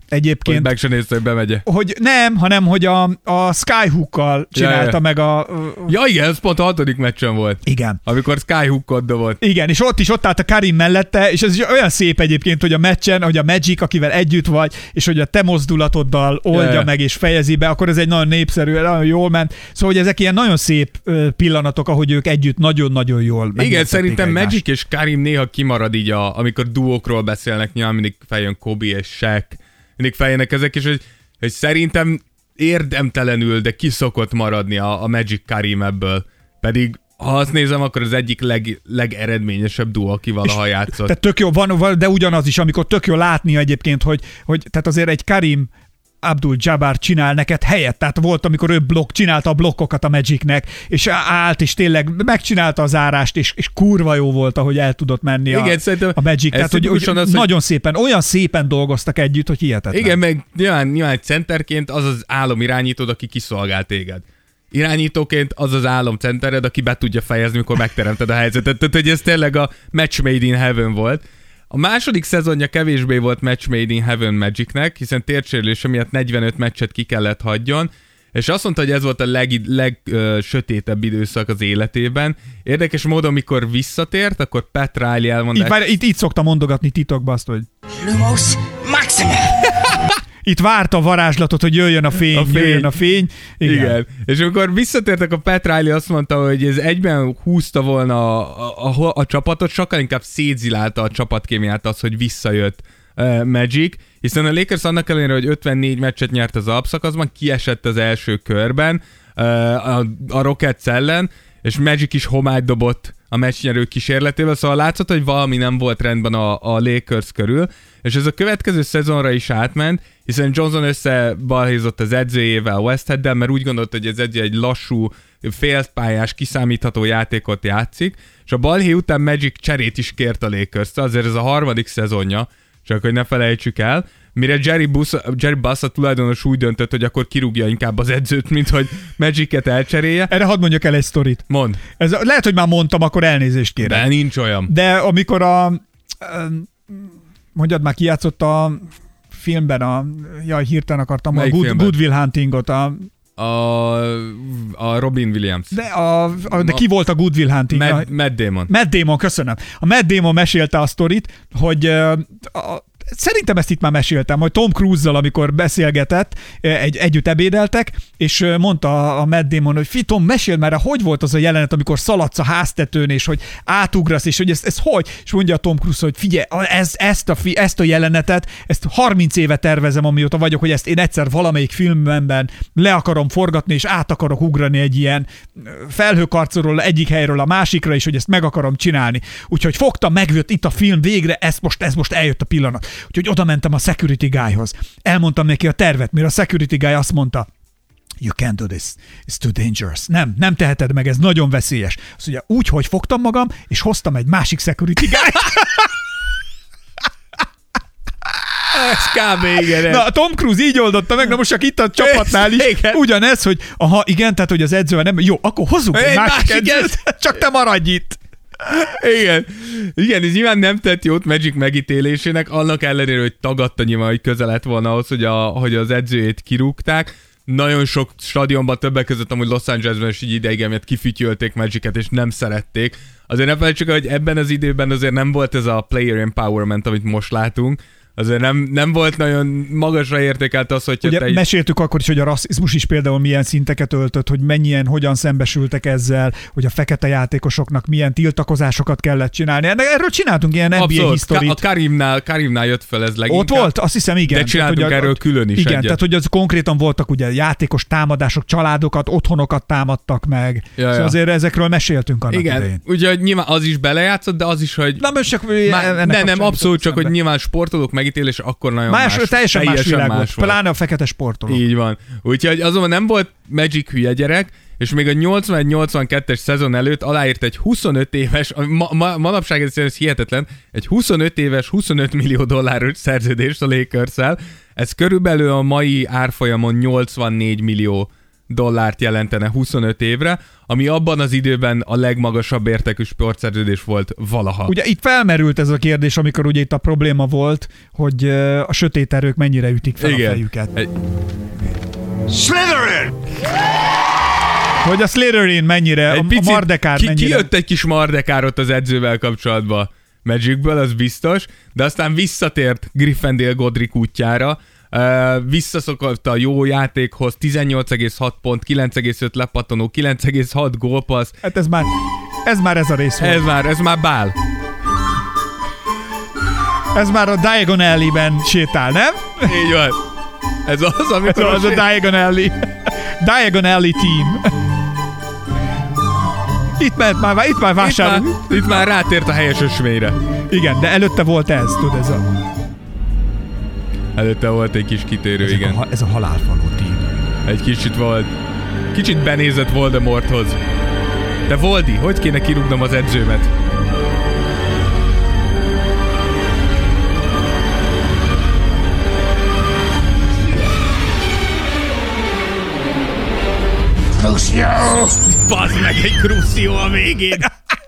egyébként. Hogy meg se nézte, hogy bemegye. Hogy nem, hanem hogy a Skyhookkal csinálta meg a... Ja igen, ez pont a 6. meccsen volt. Igen. Amikor Skyhookot dobott. Igen, és ott állt a Karim mellette, és ez is olyan szép egyébként, hogy a meccsen, hogy a Magic, akivel együtt vagy, és hogy a te mozdulatoddal oldja meg és fejezi be, akkor ez egy nagyon népszerű, nagyon jól ment. Szóval, hogy ezek ilyen nagyon szép pillanatok, ahogy ők együtt nagyon-nagyon jól. Igen, szerintem Magic és Karim néha kimarad így, amikor duókról beszélnek, nyilván mindig feljön Kobe és Shaq, mindig feljönnek ezek, és hogy szerintem érdemtelenül, de ki szokott maradni a Magic Karim ebből. Pedig ha azt nézem, akkor az egyik legeredményesebb duó, aki valaha játszott. Tehát tök jó, van, de ugyanaz is, amikor tök jó látni egyébként, hogy tehát azért egy Karim Abdul-Jabbar csinál neked helyet, tehát volt, amikor ő csinálta a blokkokat a Magicnek, és állt, és tényleg megcsinálta az zárást, és kurva jó volt, ahogy el tudott menni a Magic. Tehát, hogy nagyon szépen, olyan szépen dolgoztak együtt, hogy hihetetlen. Igen, meg nyilván egy centerként az az álomirányítód, aki kiszolgál téged. Irányítóként az az álomcentered, aki be tudja fejezni, mikor megteremted a helyzetet. Tehát, hogy ez tényleg a match made in heaven volt. A második szezonja kevésbé volt match made in heaven Magicnek, hiszen térsérülése miatt 45 meccset ki kellett hagyjon, és azt mondta, hogy ez volt a legsötétebb időszak az életében. Érdekes módon, amikor visszatért, akkor Pat Riley elmondta... Itt szokta mondogatni titokba azt, hogy... Lumos Maxima! Itt várta a varázslatot, hogy jöjjön a fény. Igen. És amikor visszatértek, a Pat Riley azt mondta, hogy ez egyben húzta volna a csapatot, sokkal inkább szétzilálta a csapatkémiát az, hogy visszajött Magic, hiszen a Lakers annak ellenére, hogy 54 meccset nyert az alapszakaszban, kiesett az első körben a Rockets ellen, és Magic is homályt dobott a meccsnyerő kísérletével, szóval látszott, hogy valami nem volt rendben a Lakers körül, és ez a következő szezonra is átment, hiszen Johnson összebalhézott az edzőjével, Westheaddel, mert úgy gondolta, hogy ez egy lassú, félpályás, kiszámítható játékot játszik, és a balhé után Magic cserét is kért a Lakers-től, azért ez a 3. szezonja, csak hogy ne felejtsük el, mire Jerry Buss a tulajdonos úgy döntött, hogy akkor kirúgja inkább az edzőt, mint hogy Magic-et elcserélje. Erre hadd mondjak el egy sztorit. Mondd. Lehet, hogy már mondtam, akkor elnézést kérem. De nincs olyan. De amikor mondjad már, ki játszott a filmben, hirtelen akartam, Good Will Huntingot, a Robin Williams. De ki volt a Good Will Hunting? Matt Damon. Matt Damon, köszönöm. A Matt Damon mesélte a sztorit, hogy szerintem ezt itt már meséltem, hogy Tom Cruise-zal, amikor beszélgetett, együtt ebédeltek, és mondta a Matt Damon, hogy Tom, meséld már, hogy volt az a jelenet, amikor szaladsz a háztetőn, és hogy átugrasz, és hogy ez hogy? És mondja a Tom Cruise, hogy figyelj, ezt a jelenetet, ezt 30 éve tervezem, amióta vagyok, hogy ezt én egyszer valamelyik filmben le akarom forgatni, és át akarok ugrani egy ilyen felhőkarcolról egyik helyről a másikra, és hogy ezt meg akarom csinálni. Úgyhogy fogtam, megjött itt a film végre, ez most eljött a pillanat. Úgyhogy oda mentem a security guyhoz. Elmondtam neki a tervet, mire a security guy azt mondta, you can't do this, it's too dangerous. Nem teheted meg, ez nagyon veszélyes. Azt mondja, úgy, hogy fogtam magam, és hoztam egy másik security guy-t. Ez kb. Igen. Na, Tom Cruise így oldotta meg, na most csak itt a csapatnál is ugyanez, hogy igen, tehát hogy az edzővel nem, jó, akkor hozzunk egy másik edzőt, csak te maradj itt. Igen, ez nyilván nem tett jót Magic megítélésének, annak ellenére, hogy tagadta nyilván, hogy közel lett volna ahhoz, hogy az edzőjét kirúgták. Nagyon sok stadionban, többek között amúgy Los Angelesben is így ideig miatt kifütyölték Magicet, és nem szerették. Azért ne felejtsük, hogy ebben az időben azért nem volt ez a player empowerment, amit most látunk. Azért nem volt nagyon magasra értékelt az, hogy... Ugye meséltük akkor is, hogy a rasszizmus is például milyen szinteket öltött, hogy hogyan szembesültek ezzel, hogy a fekete játékosoknak milyen tiltakozásokat kellett csinálni. Erről csináltunk ilyen NBA hisztorit. A Karimnál jött fel ez leginkább. Ott volt? Azt hiszem, igen. De csináltunk tehát, erről külön is igen, egyet. Tehát hogy az konkrétan voltak ugye játékos támadások, családokat, otthonokat támadtak meg. Ja. Szóval azért ezekről meséltünk annak idején. Ugye nyilván az is belejátszott, de az is, hogy... Nem, abszolút csak, hogy nyilván sportolók megítélés akkor nagyon teljesen más világ volt. Pláne a fekete sportolók. Így van. Úgyhogy azonban nem volt Magic hülye gyerek, és még a 81-82-es szezon előtt aláírt egy 25 éves, manapság ez hihetetlen, egy 25 éves, $25 millió szerződést a Lakers-szel. Ez körülbelül a mai árfolyamon $84 millió dollárt jelentene 25 évre, ami abban az időben a legmagasabb értékű sportszerződés volt valaha. Ugye itt felmerült ez a kérdés, amikor ugye itt a probléma volt, hogy a sötét erők mennyire ütik fel a fejüket. Slytherin! Hogy a Slytherin mennyire, a Mardekár mennyire. Kijött egy kis Mardekár ott az edzővel kapcsolatban Magicből, az biztos, de aztán visszatért Gryffindor Godric útjára, visszaszokott a jó játékhoz, 18,6 pont, 9,5 lepattanó, 9,6 gólpassz. Hát ez már ez a rész volt. Ez már bál. Ez már a Diagon Alley-ben sétál, nem? Így van. Ez az, amikor az a Diagon Alley. Diagon Alley team. Itt már vásárol. Itt már rátért a helyes ösvényre. Igen, de előtte volt ez, tudod, ez a... Előtte volt egy kis kitérő, igen. Ez a halálfaló team. Egy kicsit volt. Kicsit benézett Voldemorthoz. De Voldy, hogy kéne kirúgnom az edzőmet? Crucio! Bazd meg, egy Crucio a végén!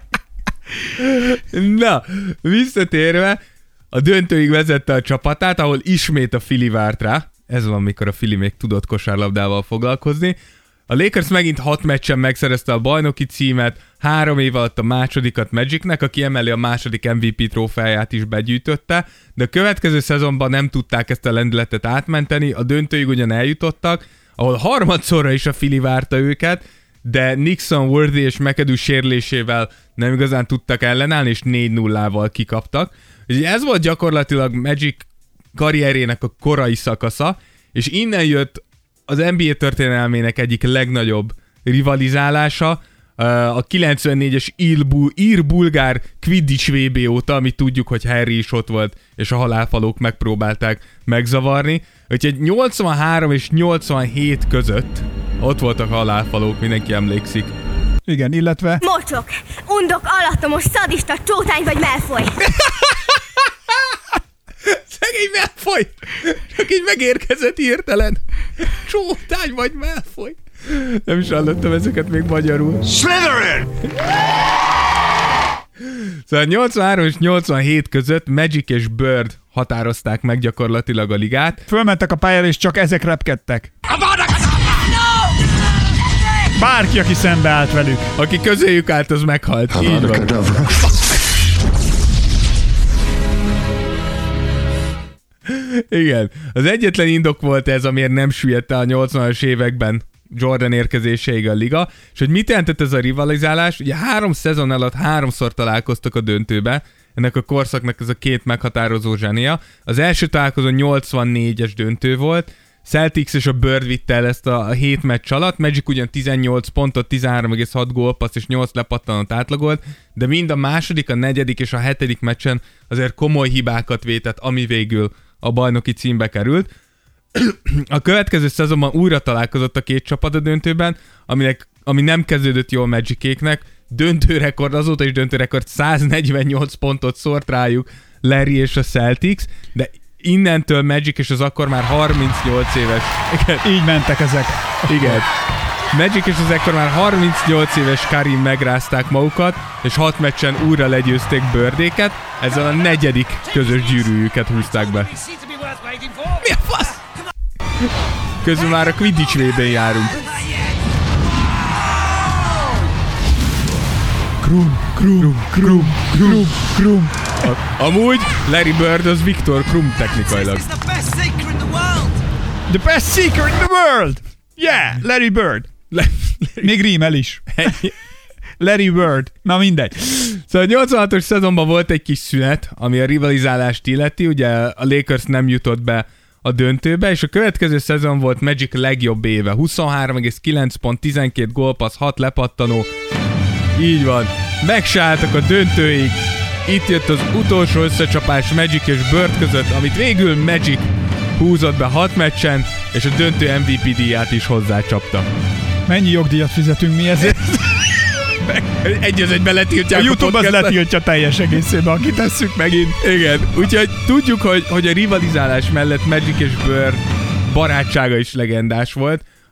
Na, visszatérve, a döntőig vezette a csapatát, ahol ismét a Philly várt rá. Ez van, amikor a Philly még tudott kosárlabdával foglalkozni. A Lakers megint 6 meccsen megszerezte a bajnoki címet, 3 év alatt a másodikat Magicnek, aki emellé a második MVP trófeáját is begyűjtötte, de a következő szezonban nem tudták ezt a lendületet átmenteni, a döntőig ugyan eljutottak, ahol harmadszorra is a Philly várta őket, de Nixon, Worthy és McAdoo sérülésével nem igazán tudtak ellenállni, és 4-0-val kikaptak. Ugye ez volt gyakorlatilag Magic karrierjének a korai szakasza, és innen jött az NBA történelmének egyik legnagyobb rivalizálása, a 94-es ír-bulgár Quidditch VB óta, amit tudjuk, hogy Harry is ott volt, és a halálfalók megpróbálták megzavarni. Úgyhogy 83 és 87 között ott voltak a halálfalók, mindenki emlékszik. Igen, illetve... Mocsok, undok, alattomos, szadista, csótány vagy Malfoy. Szegény Malfoy! Csak így megérkezett hirtelen. Csótány vagy Malfoy. Nem is hallottam ezeket még magyarul. Slytherin! Szóval 83 és 87 között Magic és Bird határozták meg gyakorlatilag a ligát. Fölmentek a pályára, és csak ezek repkedtek. Bárki, aki szembe állt velük. Aki közéjük állt, az meghalt. Így van. Igen. Az egyetlen indok volt ez, amiért nem süllyedte a 80-as években Jordan érkezéséig a liga, és hogy mit jelentett ez a rivalizálás? Ugye 3 szezon alatt 3-szor találkoztak a döntőbe, ennek a korszaknak ez a 2 meghatározó zsenia. Az első találkozó 84-es döntő volt, Celtics és a Bird vitte el ezt a 7 meccs alatt, Magic ugyan 18 pontot, 13,6 gólpassz és 8 lepattanót átlagolt, de mind a második, a negyedik és a 7. meccsen azért komoly hibákat vétett, ami végül a bajnoki címbe került. A következő szezonban újra találkozott a 2 csapat a döntőben, ami nem kezdődött jól Magic-éknek, döntőrekord, azóta is döntőrekord 148 pontot szórt rájuk Larry és a Celtics, de innentől Magic és az akkor már 38 éves. Igen. Így mentek ezek. Igen. Magic és az ekkor már 38 éves Karim megrázták magukat, és 6 meccsen újra legyőzték Birdéket, ezzel a 4. közös gyűrűjüket húzták be. Mi a fasz? Közben már a Quidditch VB-n járunk. Krum. Amúgy Larry Bird az Victor Krum technikailag. The best seeker in the world! Yeah, Larry Bird. Még rímel is. Larry Bird. Na mindegy. Szóval a 86-os szezonban volt egy kis szünet, ami a rivalizálást illeti, ugye a Lakers nem jutott be a döntőbe, és a következő szezon volt Magic legjobb éve. 23,9 pont, 12 gólpassz, 6 lepattanó. Így van. Megsálltak a döntőig. Itt jött az utolsó összecsapás Magic és Bird között, amit végül Magic húzott be 6 meccsen, és a döntő MVP díját is hozzácsapta. Mennyi jogdíjat fizetünk mi ezért? Egy az egyben letiltják a YouTube az letiltja teljes egészében, akit tesszük megint. Igen, úgyhogy tudjuk, hogy a rivalizálás mellett Magic és Bird barátsága is legendás volt.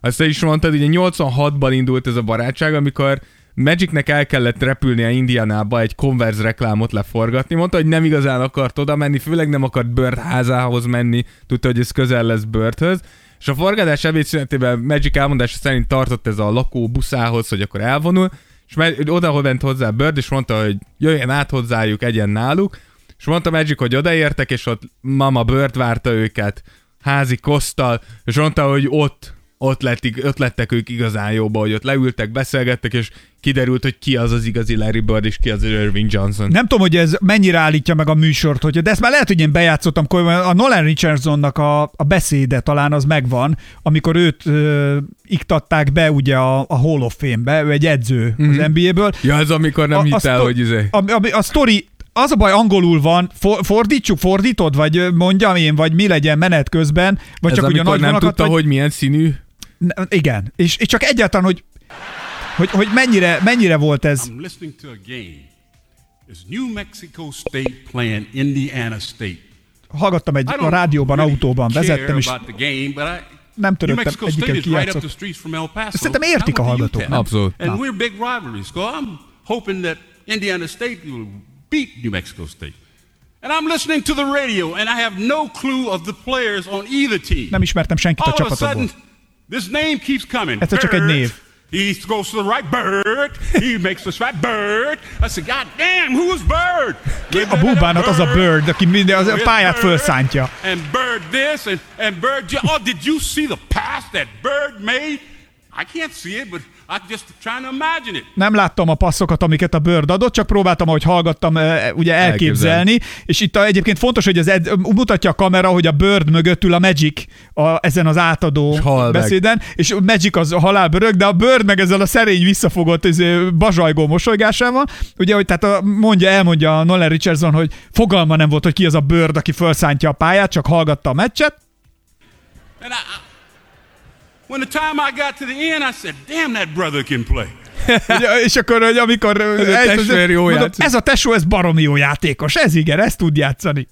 Azt is mondtad, ugye 86-ban indult ez a barátság, amikor Magicnek el kellett repülnie Indianába egy Converse reklámot leforgatni. Mondta, hogy nem igazán akart oda menni, főleg nem akart Bird házához menni, tudta, hogy ez közel lesz Birdhöz. És a forgatás ebédszünetében Magic elmondása szerint tartott ez a lakó buszához, hogy akkor elvonul, és oda ment hozzá Bird, és mondta, hogy jöjjön át hozzájuk, egyen náluk, és mondta Magic, hogy odaértek, és ott Mama Bird várta őket házi koszttal, és mondta, hogy ott lettek ők igazán jóba, hogy ott leültek, beszélgettek, és kiderült, hogy ki az az igazi Larry Bird, és ki az Irving Johnson. Nem tudom, hogy ez mennyire állítja meg a műsort, de ezt már lehet, hogy én bejátszottam, a Nolan Richardsonnak a beszéde talán az megvan, amikor őt iktatták be ugye a Hall of Fame-be, ő egy edző az NBA-ből. Ja, ez amikor nem hitt el, hogy a sztori, az a baj, angolul van, fordítod, vagy mondjam én, vagy mi legyen menet közben, vagy ez csak ugye a nagy nem vonakat, tudta, hogy milyen színű? Igen, és csak egyáltalán, hogy mennyire volt ez. I'm listening to a game. It's New Mexico State playing Indiana State. Hallgattam a rádióban, autóban, vezettem, és nem törődtem, egyiket kijátszott. Szerintem értik a hallgatók. Abszolút. And we're big rivalries. So I'm hoping that Indiana State will beat New Mexico State. And I'm listening to the radio, and I have no clue of the players on either team. Nem ismertem senkit a csapatokból. This name keeps coming. Ez csak egy név. He goes to the right, Bird. He makes the right, Bird. I said, God damn, who is Bird? A búbánat az a Bird, aki minden az a pályát felszántja. And Bird this, and Bird, oh, did you see the pass that Bird made? I can't see it, but I'm just trying to imagine it. Nem láttam a passzokat, amiket a Bird adott, csak próbáltam, ahogy hallgattam, ugye elképzelni. És itt egyébként fontos, hogy mutatja a kamera, hogy a Bird mögött ül a Magic ezen az átadó beszéden, és Magic az halálbörög, de a Bird meg ezzel a szerény visszafogott bazsajgó mosolygásával, ugye, hogy tehát elmondja a Nolan Richardson, hogy fogalma nem volt, hogy ki az a Bird, aki felszántja a pályát, csak hallgatta a meccset. When the time I got to the end, I said, damn, that brother can play. És akkor, hogy amikor ez a tesó, ez baromi jó játékos, ez igen, ezt tud játszani.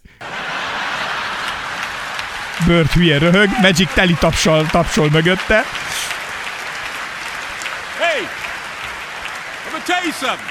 Bird hülye röhög, Magic teli tapsol mögötte. Hey, let me tell you something.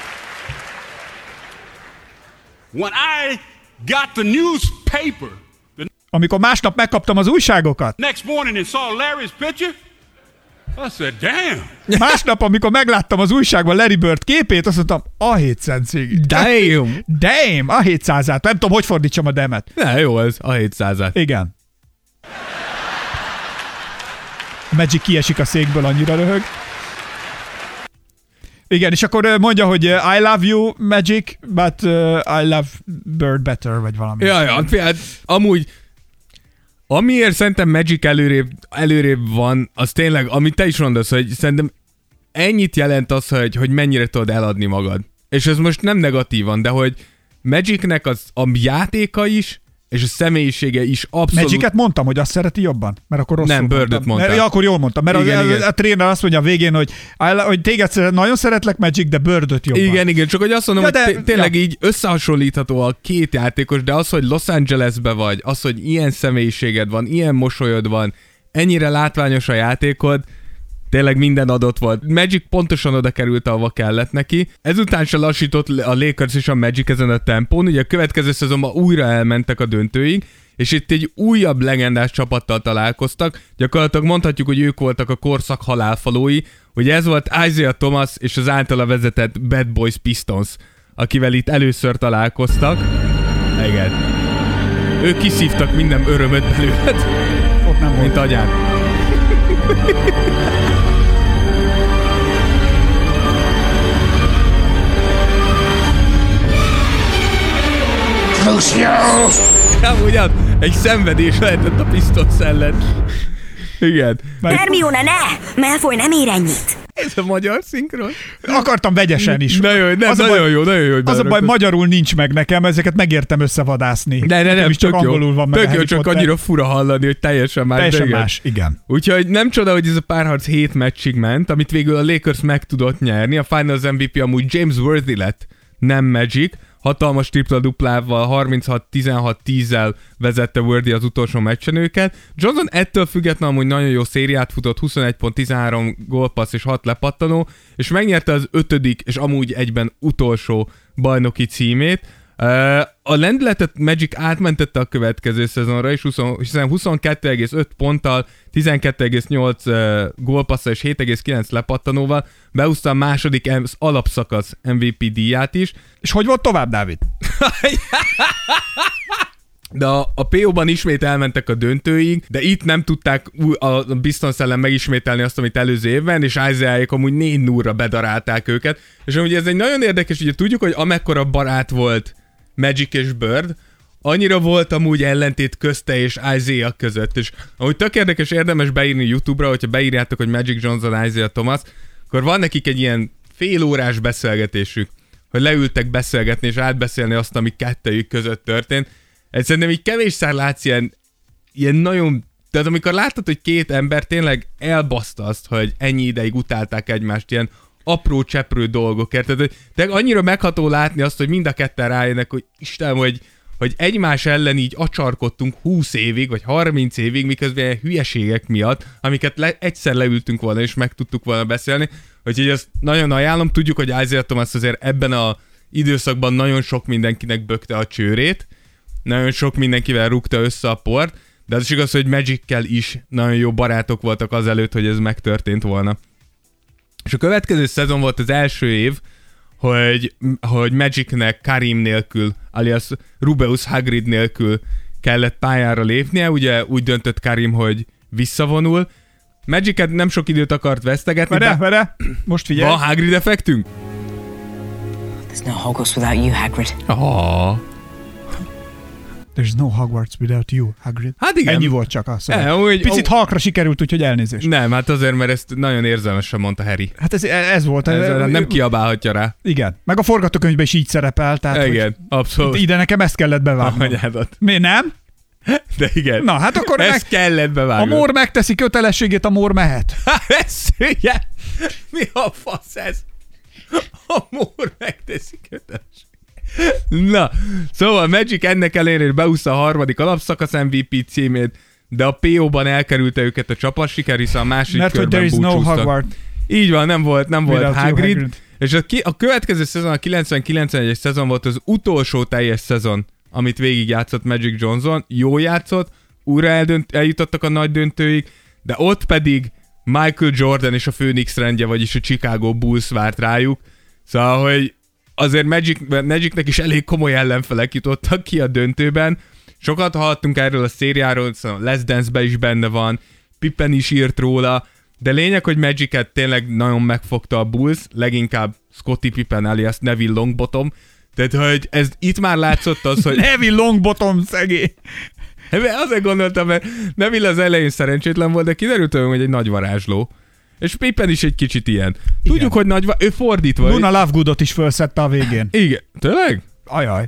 When I got the newspaper, amikor másnap megkaptam az újságokat. Next morning and saw Larry's picture, I said, damn. Másnap, amikor megláttam az újságban Larry Bird képét, azt mondtam, a 700 cég. Damn, a 700-át. Nem tudom, hogy fordítsam a demet. Ne, jó ez, a 700-át. Igen. Magic kiesik a székből, annyira röhög. Igen, és akkor mondja, hogy I love you, Magic, but I love Bird better, vagy valami. Ja, amúgy amiért szerintem Magic előrébb van, az tényleg, amit te is mondasz, hogy szerintem ennyit jelent az, hogy mennyire tudod eladni magad. És ez most nem negatívan, de hogy Magicnek a játéka is, és a személyisége is abszolút... Magicet mondtam, hogy azt szereti jobban? Mert akkor rosszul nem, Birdet mondtam. Ja, akkor jól mondtam, mert igen. A tréner azt mondja a végén, hogy téged nagyon szeretlek Magic, de Birdöt jobban. Igen, csak hogy azt mondom, hogy tényleg így összehasonlítható a két játékos, de az, hogy Los Angelesbe vagy, az, hogy ilyen személyiséged van, ilyen mosolyod van, ennyire látványos a játékod, tényleg minden adott volt. Magic pontosan oda került, ahova kellett neki. Ezután se lassított a Lakers és a Magic ezen a tempón. Ugye a következő szezonban újra elmentek a döntőig, és itt egy újabb legendás csapattal találkoztak. Gyakorlatilag mondhatjuk, hogy ők voltak a korszak halálfalói. Ugye ez volt Isaiah Thomas és az általa vezetett Bad Boys Pistons, akivel itt először találkoztak. Igen. Ők kiszívtak minden örömöt belőled. Ott nem volt. Mint anyád. Lucio! Ugyan, egy szenvedés lehetett a Pistons ellen. Igen. Hermione, ne! Malfoy nem ér ennyit. Ez a magyar szinkron? Akartam vegyesen is. Nagyon jó. Az a baj, magyarul nincs meg nekem, ezeket megértem összevadászni. Nem, is csak angolul van meg. Tök jó, csak annyira fura hallani, hogy teljesen más. Teljesen más, igen. Úgyhogy nem csoda, hogy ez a párharc 7 meccsig ment, amit végül a Lakers meg tudott nyerni. A Finals MVP amúgy James Worthy lett, nem Magic. hatalmas tripla-duplával, 36-16-10-zel vezette Worthy az utolsó meccsen őket. Johnson ettől függetlenül amúgy nagyon jó szériát futott, 21 pont, 13 gólpassz és 6 lepattanó, és megnyerte az 5. és amúgy egyben utolsó bajnoki címét. A lendületet Magic átmentette a következő szezonra is, hiszen 22,5 ponttal, 12,8 gólpasszal és 7,9 lepattanóval beúszta a második alapszakasz MVP díját is. És hogy volt tovább, Dávid? De a PO-ban ismét elmentek a döntőig, de itt nem tudták a Pistons ellen megismételni azt, amit előző évben, és Isaiah-ék amúgy 4-0-ra bedarálták őket. És amúgy ez egy nagyon érdekes, ugye tudjuk, hogy amekkora barát volt Magic és Bird, annyira volt amúgy ellentét közte és Isaiah között. És amúgy tök érdekes, érdemes beírni YouTube-ra, hogyha beírjátok, hogy Magic Johnson, Isaiah Thomas, akkor van nekik egy ilyen félórás beszélgetésük, hogy leültek beszélgetni és átbeszélni azt, ami kettőjük között történt. Ez szerintem így kevésszer látsz ilyen nagyon... Tehát amikor látod, hogy két ember tényleg elbaszta azt, hogy ennyi ideig utálták egymást, ilyen apró cseprő dolgokért. Tehát annyira megható látni azt, hogy mind a ketten rájönnek, hogy Istenem, hogy egymás ellen így acsarkodtunk 20 évig, vagy 30 évig, miközben ilyen hülyeségek miatt, amiket egyszer leültünk volna, és meg tudtuk volna beszélni. Úgyhogy azt nagyon ajánlom. Tudjuk, hogy Isaiah Thomas azért ebben az időszakban nagyon sok mindenkinek bökte a csőrét, nagyon sok mindenkivel rúgta össze a port, de az is igaz, hogy Magic-kel is nagyon jó barátok voltak azelőtt, hogy ez megtörtént volna. És a következő szezon volt az első év, hogy Magicnek Karim nélkül, alias Rubeus Hagrid nélkül kellett pályára lépnie, ugye úgy döntött Karim, hogy visszavonul. Magic-et nem sok időt akart vesztegetni. Vere, most figyelj. Van Hagrid effektünk? There's no Hogwarts without you, Hagrid. There's no Hogwarts without you, Hagrid. Hát igen. Ennyi volt csak az. Picit halkra sikerült, úgyhogy elnézést. Nem, hát azért, mert ezt nagyon érzelmesen mondta Harry. Hát ez volt. Nem kiabálhatja rá. Igen. Meg a forgatókönyvben is így szerepel. Tehát, igen, abszolút. Ide nekem ezt kellett bevágnom. Anyádat. Mi, nem? De igen. Na, hát akkor ezt kellett bevágni. A mór megteszi kötelességét, a mór mehet. Ez hülye. Mi a fasz ez? A mór megteszi kötelességét. Na, szóval Magic ennek ellenére beúszta a harmadik alapszakasz MVP címét, de a PO-ban elkerülte őket a csapatsiker, hiszen a második mert körben búcsúztak. No Hogwarts. Így van, nem volt Hagrid. És a következő szezon, a 90-91-es szezon volt az utolsó teljes szezon, amit végigjátszott Magic Johnson. Jó játszott, újra eljutottak a nagy döntőig, de ott pedig Michael Jordan és a Phoenix rendje, vagyis a Chicago Bulls várt rájuk. Szóval, hogy azért Magicnek is elég komoly ellenfelek jutottak ki a döntőben. Sokat hallottunk erről a szériáról, szóval Last Dance-ben is benne van, Pippen is írt róla, de lényeg, hogy Magic-et tényleg nagyon megfogta a Bulls, leginkább Scottie Pippen alias Neville Longbottom. Tehát, hogy ez itt már látszott az, hogy... Neville Longbottom, szegély! Azért gondoltam, mert Neville az elején szerencsétlen volt, de kiderült, hogy egy nagy varázsló. És Pippen is egy kicsit ilyen. Tudjuk, hogy ő fordítva. Luna Lovegoodot is felszedte a végén. Igen. Tényleg? Ajaj.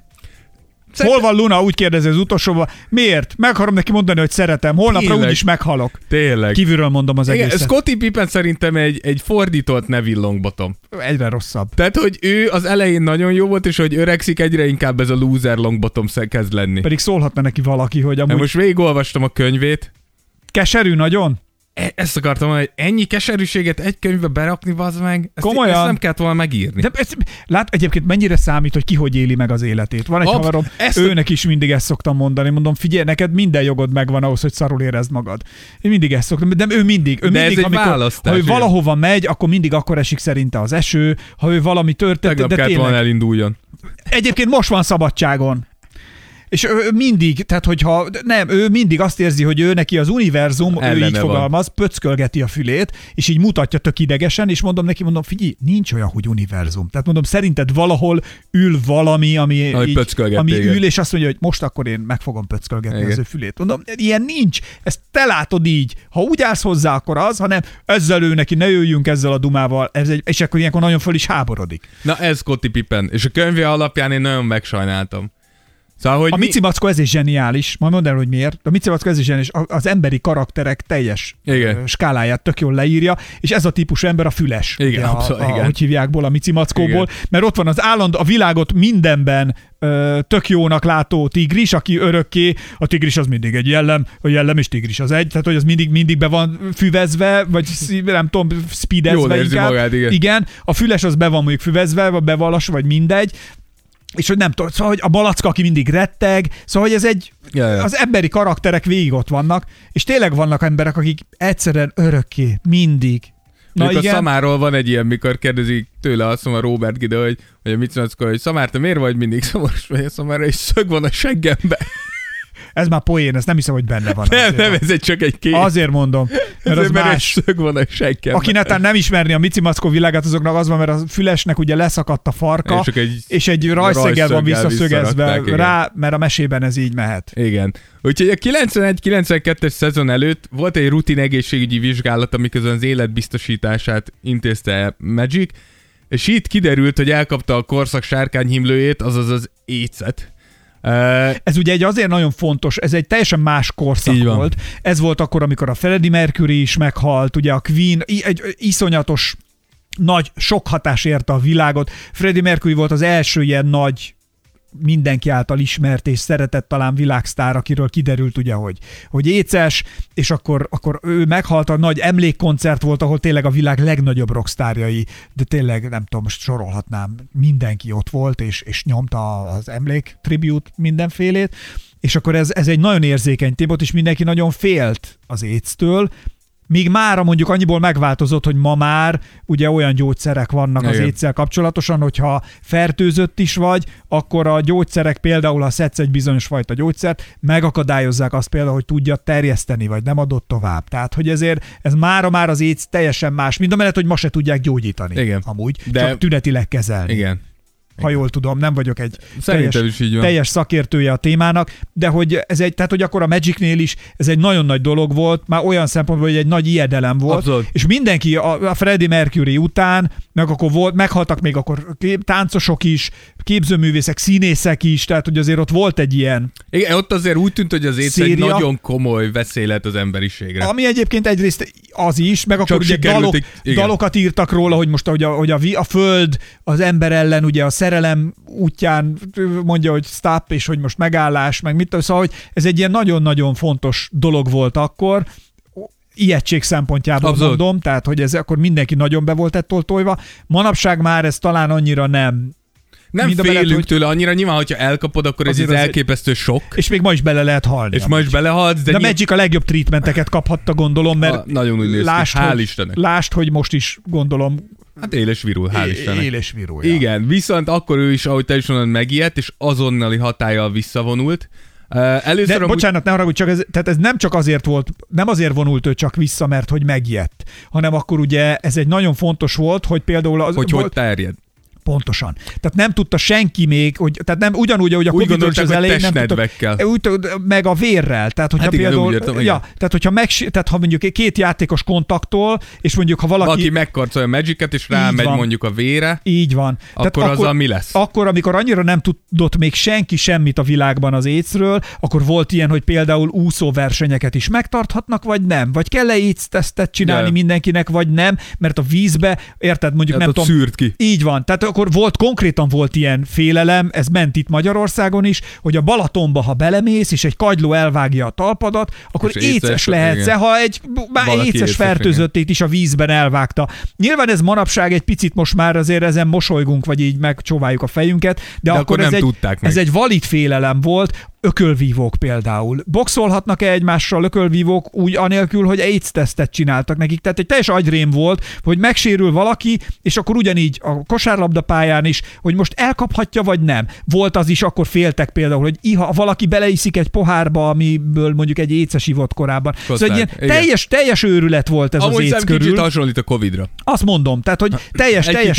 Hol van Luna? Úgy kérdezi az utolsóban. Miért? Meg akarom neki mondani, hogy szeretem. Holnapra úgyis meghalok. Tényleg. Kívülről mondom az egészet. Scottie Pippen szerintem egy fordított Neville Longbottom. Egyre rosszabb. Tehát, hogy ő az elején nagyon jó volt, és hogy öregszik, egyre inkább ez a loser Longbottom kezd lenni. Pedig szólhatna neki valaki, hogy amúgy... Most végigolvastam a könyvét. Keserű nagyon? Ezt akartam mondani, hogy ennyi keserűséget egy könyvbe berakni, bazd meg, ezt nem kellett volna megírni. De lát egyébként mennyire számít, hogy ki hogy éli meg az életét. Van egy haverom, őnek is mindig ezt szoktam mondani. Mondom, figyelj, neked minden jogod megvan ahhoz, hogy szarul érezd magad. Én mindig ezt szoktam, de ő mindig, amikor, ha ő valahova megy, akkor mindig akkor esik szerinte az eső, ha ő valami történt. Tegnap kellett volna elinduljon. Egyébként most van szabadságon. És ő mindig, tehát hogyha ő mindig azt érzi, hogy ő neki az univerzum, ő így fogalmaz, pöckölgeti a fülét, és így mutatja tök idegesen, és mondom neki, figyelj, nincs olyan, hogy univerzum. Tehát mondom, szerinted valahol ül valami, ami ül, és azt mondja, hogy most akkor én meg fogom pöckölgetni az ő fülét. Mondom, ilyen nincs, ezt te látod így. Ha úgy állsz hozzá, akkor az, hanem ezzel ő neki, ne jöjjünk ezzel a dumával, és akkor ilyenkor nagyon föl is háborodik. Na ez Scottie Pippen, és a könyve alapján én nagyon megsajnáltam. Szóval, hogy a Mici Mackó ezért zseniális, majd mondd el, hogy miért. A Mici Mackó ezért zseniális, az emberi karakterek teljes skáláját tök jól leírja, és ez a típusú ember a Füles. Igen, abszolút, igen. Hogy hívjákból, a Mici Mackóból, mert ott van az állandó, a világot mindenben tök jónak látó tigris, aki örökké, a tigris az mindig egy jellem, a jellem és tigris az egy, tehát hogy az mindig be van füvezve, vagy nem tudom, speedezve. Jól érzi magát, igen. A Füles az be van mondjuk füvezve, vagy bevallas, vagy mindegy. És hogy nem tudom, szóval, hogy a Malacka, aki mindig retteg, szóval, hogy ez egy, az emberi karakterek végig ott vannak, és tényleg vannak emberek, akik egyszerűen örökké, mindig. Na igen. A Szamáról van egy ilyen, mikor kérdezik tőle azt mondja Robert Gide, hogy a Mici Mackó, hogy Szamár, te miért vagy mindig szomoros, vagy a Szamára, és szög van a seggembe. Ez már poén, ezt nem hiszem, hogy benne van. Nem, ez csak egy kép. Azért mondom, mert az mert más. Szög van a seggembe. Aki netán nem ismerni a Mici Mackó világát, azoknak az van, mert a Fülesnek ugye leszakadt a farka, és egy rajszeggel van visszaszögezve rá, mert a mesében ez így mehet. Igen. Úgyhogy a 91-92-es szezon előtt volt egy rutin egészségügyi vizsgálat, amiközben az életbiztosítását intézte Magic, és itt kiderült, hogy elkapta a korszak sárkányhimlőjét, azaz az AIDS-et. Ez ugye azért nagyon fontos, ez egy teljesen más korszak volt. Ez volt akkor, amikor a Freddie Mercury is meghalt, ugye a Queen, egy iszonyatos nagy sok hatás érte a világot. Freddie Mercury volt az első ilyen nagy, mindenki által ismert és szeretett talán világsztár, akiről kiderült ugye, hogy éces, és akkor ő meghalt, a nagy emlékkoncert volt, ahol tényleg a világ legnagyobb rockstárjai, de tényleg nem tudom, most sorolhatnám, mindenki ott volt, és nyomta az emlék tribute mindenfélét, és akkor ez egy nagyon érzékeny téma, és mindenki nagyon félt az AIDS-től, míg mára mondjuk annyiból megváltozott, hogy ma már ugye olyan gyógyszerek vannak az AIDS-szel kapcsolatosan, hogyha fertőzött is vagy, akkor a gyógyszerek például, ha szedsz egy bizonyos fajta gyógyszert, megakadályozzák azt például, hogy tudja terjeszteni, vagy nem adott tovább. Tehát, hogy ezért ez mára már az AIDS teljesen más, mind a mellett, hogy ma se tudják gyógyítani. Igen. Amúgy, csak tünetileg kezelni. Igen. Ha jól tudom, nem vagyok egy teljes szakértője a témának, de hogy ez tehát hogy akkor a Magicnél is ez egy nagyon nagy dolog volt, már olyan szempontból, hogy egy nagy ijedelem volt, abszolút. És mindenki a Freddie Mercury után, meg akkor meghaltak még akkor táncosok is, képzőművészek, színészek is, tehát hogy azért ott volt egy ilyen. Igen, ott azért úgy tűnt, hogy az AIDS egy nagyon komoly veszély lett az emberiségre. Ami egyébként egyrészt az is, meg akkor ugye dalokat írtak róla, hogy most hogy a föld az ember ellen ugye a szerelem útján mondja, hogy stop, és hogy most megállás, meg mit, szóval, hogy ez egy ilyen nagyon-nagyon fontos dolog volt akkor, ijegység szempontjából mondom, tehát hogy ez akkor mindenki nagyon be volt ettől tojva. Manapság már ez talán annyira nem félünk tőle annyira, nyilván, hogyha elkapod, akkor ez elképesztő sok. És még ma is bele lehet halni. És ma is belehalsz. De Magic a legjobb treatmenteket kaphatta, gondolom, mert nagyon úgy néz ki. Hál' Istennek. Lásd, hogy most is gondolom. Hát éles virul, hál' Istennek. Éles virul, ja. Igen, viszont akkor ő is, ahogy te is mondod, megijedt, és azonnali hatállyal visszavonult. De bocsánat, ne haragudj, tehát ez nem csak azért volt, nem azért vonult ő csak vissza, mert hogy megijedt, hanem akkor ugye ez egy nagyon fontos volt, hogy például hogy terjed. Pontosan. Tehát nem tudta senki még, tehát nem ugyanúgy, ahogy a Covid-ról az elején nem tudta, meg a vérrel. Tehát, hogyha például, tehát, hogyha tehát ha mondjuk két játékos kontaktól, és mondjuk ha valaki megkarcolja a Magicet, és rámegy mondjuk a vére, így van. Akkor azzal mi lesz? Akkor, amikor annyira nem tudott még senki semmit a világban az AIDS-ről, akkor volt ilyen, hogy például úszóversenyeket is megtarthatnak, vagy nem? Vagy kell-e AIDS-tesztet csinálni mindenkinek, vagy nem? Mert a vízbe, érted, mondjuk nem tudom. Szűrt ki. Így van. Tehát akkor konkrétan volt ilyen félelem, ez ment itt Magyarországon is, hogy a Balatonba, ha belemész, és egy kagyló elvágja a talpadat, akkor éces lehetsz, ha egy éces fertőzöttét is a vízben elvágta. Nyilván ez manapság egy picit most már azért ezen mosolygunk, vagy így megcsóváljuk a fejünket, de akkor ez egy valid félelem volt. Ökölvívók például. Boxolhatnak-e egymással ökölvívók úgy anélkül, hogy AIDS-tesztet csináltak nekik? Tehát egy teljes agyrém volt, hogy megsérül valaki, és akkor ugyanígy a kosárlabdapályán is, hogy most elkaphatja, vagy nem. Volt az is, akkor féltek például, hogy ha valaki beleiszik egy pohárba, amiből mondjuk egy AIDS-es ivott korábban. Szóval egy ilyen teljes őrület volt ez az AIDS körül. Kicsit hasonlít a Covid-ra. Azt mondom, tehát hogy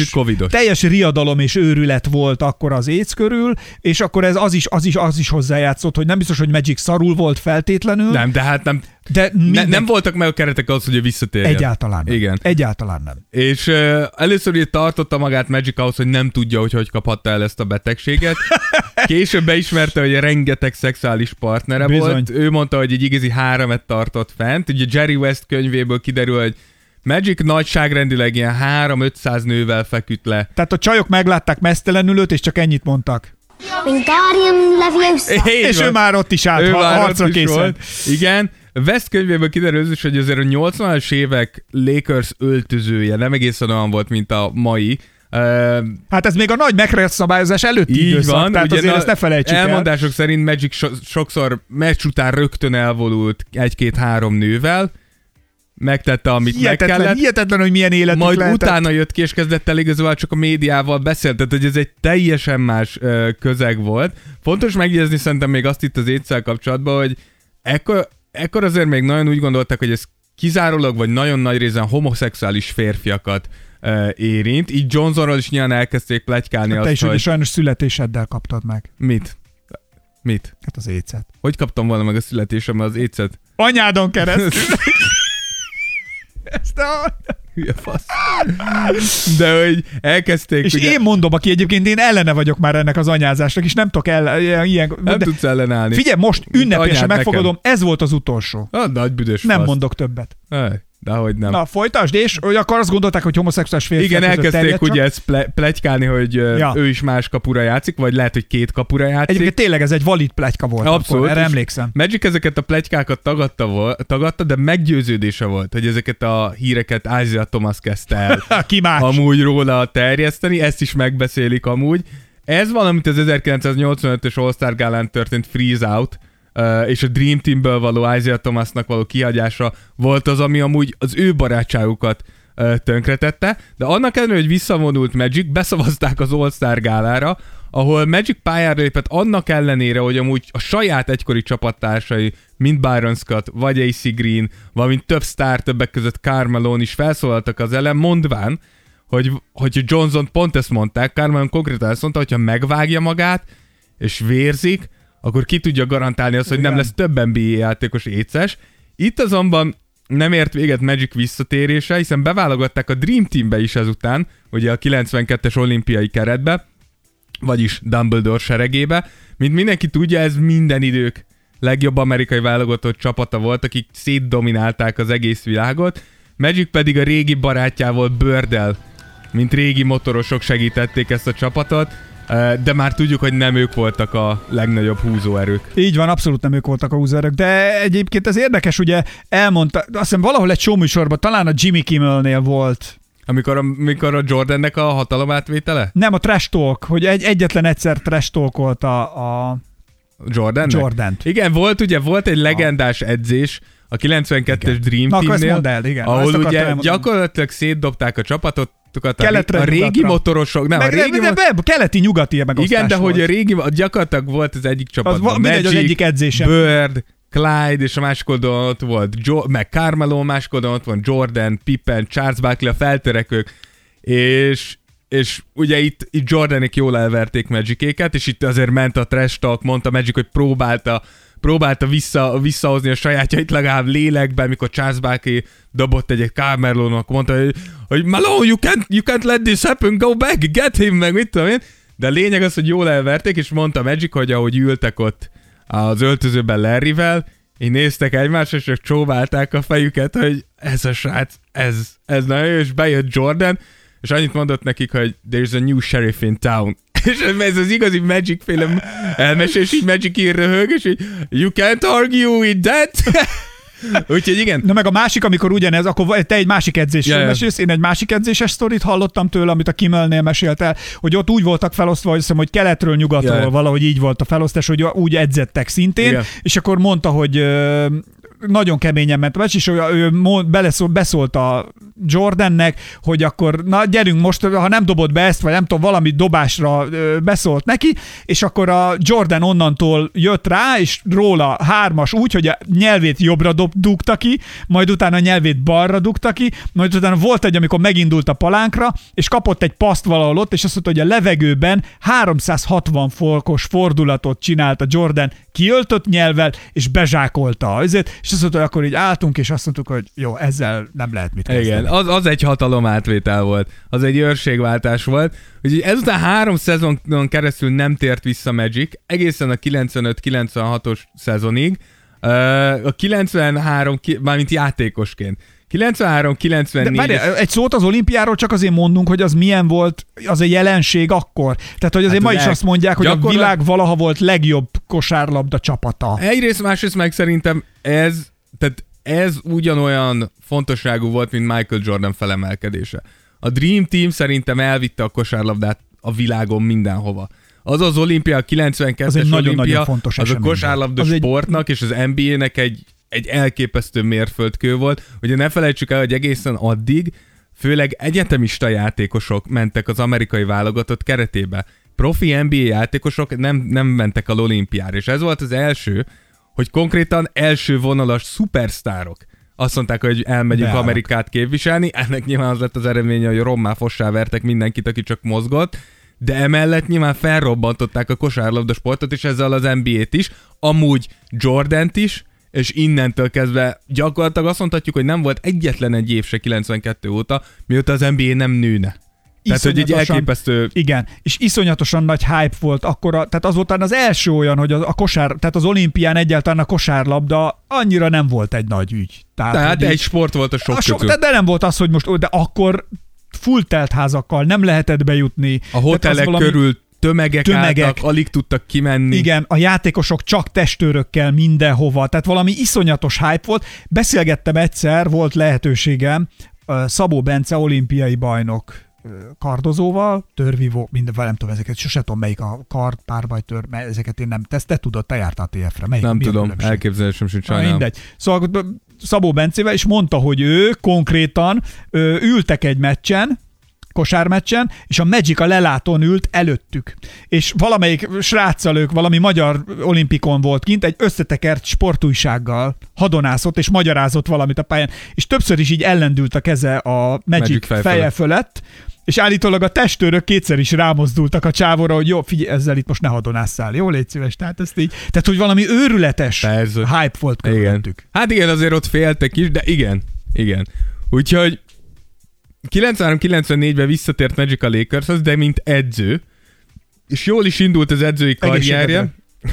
teljes riadalom és őrület volt akkor az AIDS körül, és akkor ez az is hozzájárt játszott, hogy nem biztos, hogy Magic szarul volt feltétlenül. Nem, de hát nem. De Nem voltak meg a keretek ahhoz, hogy ő visszatérjen. Egyáltalán nem. Igen. Egyáltalán nem. És először így tartotta magát Magic ahhoz, hogy nem tudja, hogy kaphatta el ezt a betegséget. Később beismerte, hogy rengeteg szexuális partnere volt. Ő mondta, hogy egy igazi 3-et tartott fent. Ugye Jerry West könyvéből kiderül, hogy Magic nagyságrendileg ilyen 300-500 nővel feküdt le. Tehát a csajok meglátták mesztelenül őt, és csak ennyit mondtak. Wingardium Leviosa. És ő már ott is állt, harcra készen. Igen. West könyvéből kiderül, hogy azért a 80-as évek Lakers öltözője nem egészen olyan volt, mint a mai. Hát ez még a nagy McRae szabályozás előtti időszak, van, tehát azért ezt ne felejtsük elmondások szerint Magic sokszor meccs után rögtön elvonult 1-2-3 nővel, megtette, amit meg kellett. Hihetetlen, hogy milyen életük majd lehetett. Utána jött ki, és kezdett el igazából csak a médiával beszélt, tehát hogy ez egy teljesen más közeg volt. Fontos megjegyezni szerintem még azt itt az AIDS-szel kapcsolatban, hogy ekkor azért még nagyon úgy gondolták, hogy ez kizárólag, vagy nagyon nagy részen homoszexuális férfiakat érint. Így Johnsonról is nyilván elkezdték pletykálni te azt, is, hogy sajnos születéseddel kaptad meg. Mit? Hát az AIDS-et. Hogy kaptam volna meg a születésemmel az AIDS-et? Anyádon keresztül. Ezt a... Hülye fasz. De hogy elkezdték... És ugye... én mondom, aki egyébként én ellene vagyok már ennek az anyázásnak, és nem tudok ilyen... Nem tudsz ellenállni. Figyelj, most ünnepélyesen megfogadom, ez volt az utolsó. Nagy büdös nem fasz. mondok többet. Dehogy nem. Na, folytasd, és hogy akkor azt gondolták, hogy homoszexuális férfiak. Igen, elkezdték ugye ezt pletykálni, hogy ő is más kapura játszik, vagy lehet, hogy 2 kapura játszik. Egyébként tényleg ez egy valid pletyka volt. Abszolút. Akkor, erre emlékszem. Magic ezeket a pletykákat tagadta, de meggyőződése volt, hogy ezeket a híreket Isaiah Thomas kezdte el Ki más? amúgy róla terjeszteni, ezt is megbeszélik amúgy. Ez valamint az 1985-ös All-Star Gálán történt Freeze Out, és a Dream Teamből való Isaiah Thomasnak való kihagyása volt az, ami amúgy az ő barátságukat tönkretette, de annak ellenére, hogy visszavonult Magic, beszavazták az All-Star Gálára, ahol Magic pályára lépett annak ellenére, hogy amúgy a saját egykori csapattársai, mint Byron Scott, vagy AC Green, valamint több sztár, többek között Carmelo is felszólaltak az ellen, mondván, hogy Johnson pont ezt mondták, Carmelo konkrétan ezt mondta, hogyha megvágja magát, és vérzik, akkor ki tudja garantálni azt, hogy nem lesz több NBA játékos éces. Itt azonban nem ért véget Magic visszatérése, hiszen beválogatták a Dream Teambe is ezután, ugye a 92-es olimpiai keretbe, vagyis Dumbledore seregébe. Mint mindenki tudja, ez minden idők legjobb amerikai válogatott csapata volt, akik szétdominálták az egész világot. Magic pedig a régi barátjával, Birddel, mint régi motorosok segítették ezt a csapatot, de már tudjuk, hogy nem ők voltak a legnagyobb húzóerők. Így van, abszolút nem ők voltak a húzóerők, de egyébként ez érdekes, ugye elmondta, azt hiszem valahol egy showműsorban, talán a Jimmy Kimmelnél volt. Amikor a Jordannek a hatalomátvétele? Nem, a trash talk, hogy egyetlen egyszer trash talkolt a Jordant. Igen, volt egy legendás edzés a 92-es Dream Teamnél, ahol ugye gyakorlatilag szétdobták a csapatot, a régi motorosok, nem, keleti-nyugati megosztás. Igen, de hogy a régi, gyakorlatilag volt az egyik csapatban Magic, az egyik edzésen. Bird, Clyde, és a másik oldalon ott volt meg Carmelo, a másik oldalon ott van Jordan, Pippen, Charles Barkley, a feltörekvők, és ugye itt Jordanék jól elverték Magic-éket, és itt azért ment a trash talk, mondta Magic, hogy próbálta visszahozni a sajátjait legalább lélekben, mikor Charles Barkley dobott egyet Carmelo-nak, mondta, hogy Malone, you can't let this happen, go back, get him, meg mit tudom én. De a lényeg az, hogy jól elverték, és mondta Magic, hogy ahogy ültek ott az öltözőben Larryvel, így néztek egymásra, és csak csóválták a fejüket, hogy ez a srác, ez nagyon jó, és bejött Jordan, és annyit mondott nekik, hogy there's a new sheriff in town. És ez az igazi Magic-féle elmesés, így Magic ír röhög, és így you can't argue with that. Úgyhogy igen. Na meg a másik, amikor ugyanez, akkor te egy másik edzésről mesélsz, én egy másik edzéses sztorit hallottam tőle, amit a Kimmelnél mesélt el, hogy ott úgy voltak felosztva, hogy hiszem, hogy keletről nyugatról valahogy így volt a felosztás, hogy úgy edzettek szintén, és akkor mondta, hogy nagyon keményen ment a meccs, és ő beszólt a Jordannek, hogy akkor na gyerünk most, ha nem dobod be ezt, vagy nem tudom, valami dobásra beszólt neki, és akkor a Jordan onnantól jött rá, és róla 3-as úgy, hogy a nyelvét jobbra dugta ki, majd utána a nyelvét balra dugta ki, majd utána volt egy, amikor megindult a palánkra, és kapott egy paszt valahol ott, és azt mondta, hogy a levegőben 360 fokos fordulatot csinált a Jordan kiöltött nyelvvel, és bezsákolta ezért, és azt mondta, hogy akkor így álltunk, és azt mondtuk, hogy jó, ezzel nem lehet mit kezdeni. Igen, az egy hatalomátvétel volt, az egy őrségváltás volt, úgyhogy ezután 3 szezonon keresztül nem tért vissza Magic, egészen a 95-96-os szezonig, a 93, mármint játékosként. 93-94... De várj, egy szót az olimpiáról csak azért mondunk, hogy az milyen volt, az a jelenség akkor. Tehát, hogy azért ma is azt mondják, hogy a világ valaha volt legjobb kosárlabda csapata. Egyrészt, másrészt meg szerintem ez ugyanolyan fontosságú volt, mint Michael Jordan felemelkedése. A Dream Team szerintem elvitte a kosárlabdát a világon mindenhova. Az az olimpia, a 92-es olimpia, az a kosárlabda sportnak és az NBA-nek egy elképesztő mérföldkő volt. Ugye ne felejtsük el, hogy egészen addig főleg egyetemista játékosok mentek az amerikai válogatott keretébe. Profi NBA játékosok nem mentek az olimpiára, és ez volt az első, hogy konkrétan első vonalas szupersztárok azt mondták, hogy elmegyünk Amerikát képviselni. Ennek nyilván az lett az eredménye, hogy rommá fossá vertek mindenkit, aki csak mozgott, de emellett nyilván felrobbantották a kosárlabda sportot, és ezzel az NBA-t is, amúgy Jordant is, és innentől kezdve gyakorlatilag azt mondhatjuk, hogy nem volt egyetlen egy év se 92 óta, mióta az NBA nem nőne. Tehát, hogy egy elképesztő... Igen, és iszonyatosan nagy hype volt akkora, tehát az volt az első olyan, hogy a kosár, tehát az olimpián egyáltalán a kosárlabda annyira nem volt egy nagy ügy. Tehát egy sport volt a sok közül. De nem volt az, hogy most, de akkor full teltházakkal nem lehetett bejutni. A hotelek körül tömegek álltak, alig tudtak kimenni. Igen, a játékosok csak testőrökkel mindenhova, tehát valami iszonyatos hype volt. Beszélgettem egyszer, volt lehetőségem Szabó Bence olimpiai bajnok kardozóval, törvívó, nem tudom ezeket, sose tudom melyik a kard, párbajtör, mert ezeket én nem, te tudod, te jártál TF-re. Melyik, nem tudom, elképzelésem sincs sajnálom. Mindegy. Szóval Szabó Bencével, és mondta, hogy ő konkrétan ültek egy meccsen, kosármeccsen, és a Magic a lelátón ült előttük. És valamelyik sráccal ők valami magyar olimpikon volt kint, egy összetekert sportújsággal hadonászott, és magyarázott valamit a pályán, és többször is így ellendült a keze a Magic feje fölött, és állítólag a testőrök kétszer is rámozdultak a csávóra, hogy jó, figyelj, ezzel itt most ne hadonásszál, jó, légy szíves, tehát ezt így, tehát hogy valami őrületes hype volt körülöttük. Hát igen, azért ott féltek is, de igen. Úgyhogy 93-94-ben visszatért Magic a Lakershoz, de mint edző, és jól is indult az edzői karrierje.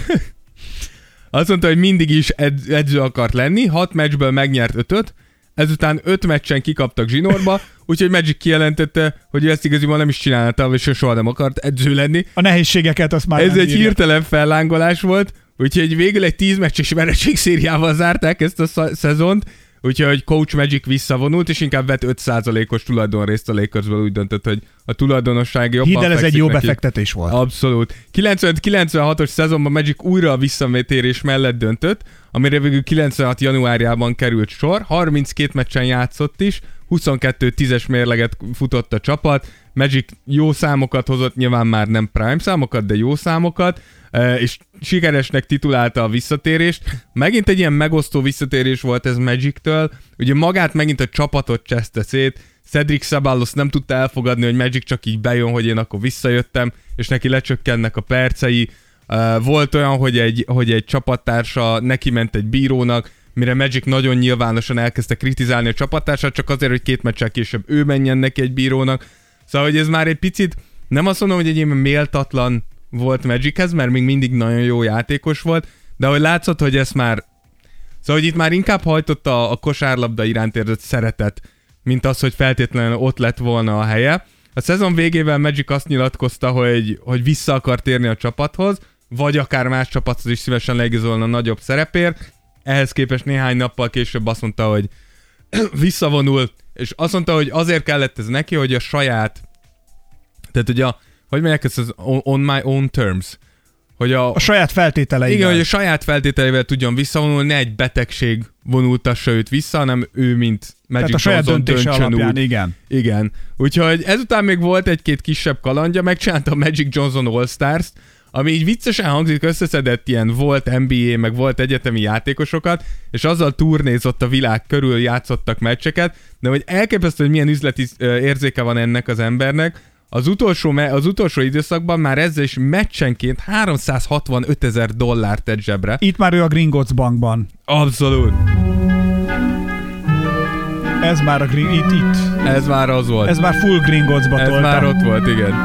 Azt mondta, hogy mindig is edző akart lenni, 6 meccsből megnyert 5-öt, ezután 5 meccsen kikaptak zsinórba, úgyhogy Magic kijelentette, hogy ezt igaziból nem is csinálta, és soha nem akart edző lenni. A nehézségeket azt már ez egy hirtelen fellángolás volt, úgyhogy végül egy 10 meccses vereségszériával zárták ezt a szezont, úgyhogy Coach Magic visszavonult, és inkább vett 5%-os tulajdonrészt a Lakersből, úgy döntött, hogy a tulajdonosság jobban fekszik. Ez egy jó befektetés volt. Abszolút. 95-96-os szezonban Magic újra a visszatérés mellett döntött, amire végül 96 januárjában került sor, 32 meccsen játszott is, 22-10-es mérleget futott a csapat, Magic jó számokat hozott, nyilván már nem prime számokat, de jó számokat, és sikeresnek titulálta a visszatérést. Megint egy ilyen megosztó visszatérés volt ez Magic-től. Ugye magát megint a csapatot cseszte szét. Cedric Ceballos nem tudta elfogadni, hogy Magic csak így bejön, hogy én akkor visszajöttem, és neki lecsökkennek a percei. Volt olyan, hogy egy csapattársa neki ment egy bírónak, mire Magic nagyon nyilvánosan elkezdte kritizálni a csapattársát, csak azért, hogy 2 meccsel később ő menjen neki egy bírónak. Szóval, hogy ez már egy picit, nem azt mondom, hogy egy ilyen méltatlan volt Magichez, mert még mindig nagyon jó játékos volt, de ahogy látszott, hogy ez már... Szóval, hogy itt már inkább hajtotta a kosárlabda iránt érzett szeretet, mint az, hogy feltétlenül ott lett volna a helye. A szezon végével Magic azt nyilatkozta, hogy vissza akar térni a csapathoz, vagy akár más csapathoz is szívesen leigazolna nagyobb szerepért. Ehhez képest néhány nappal később azt mondta, hogy visszavonul, és azt mondta, hogy azért kellett ez neki, hogy a saját... Tehát, hogy hogy mondják ezt az on my own terms? a saját feltételeivel. Igen, hogy a saját feltételeivel tudjon visszavonulni, ne egy betegség vonultassa őt vissza, hanem ő, mint Magic Johnson döntsön úgy. Igen. Úgyhogy ezután még volt egy-két kisebb kalandja, megcsinálta a Magic Johnson All-Stars, ami így viccesen hangzik, összeszedett ilyen volt NBA, meg volt egyetemi játékosokat, és azzal turnézott a világ körül, játszottak meccseket, de hogy elképesztő, hogy milyen üzleti érzéke van ennek az embernek, az utolsó időszakban már ezzel is meccsenként $365,000 tett zsebre. Itt már ő a Gringotts bankban. Abszolút. Ez már a itt. Ez már az volt. Ez már full Gringottsba toltam. Ez már ott volt, igen.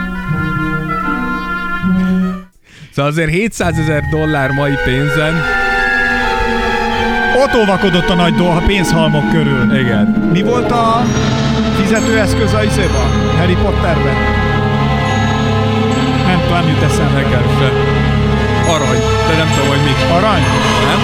Szóval azért $700,000 mai pénzen. Ott óvakodott a nagy pénzhalmok körül. Igen. Mi volt a fizetőeszköz a Harry Potterben? Nem tudom, nem jut eszembe. Nekem se. Arany, de nem tudom, hogy mi. Arany? Nem?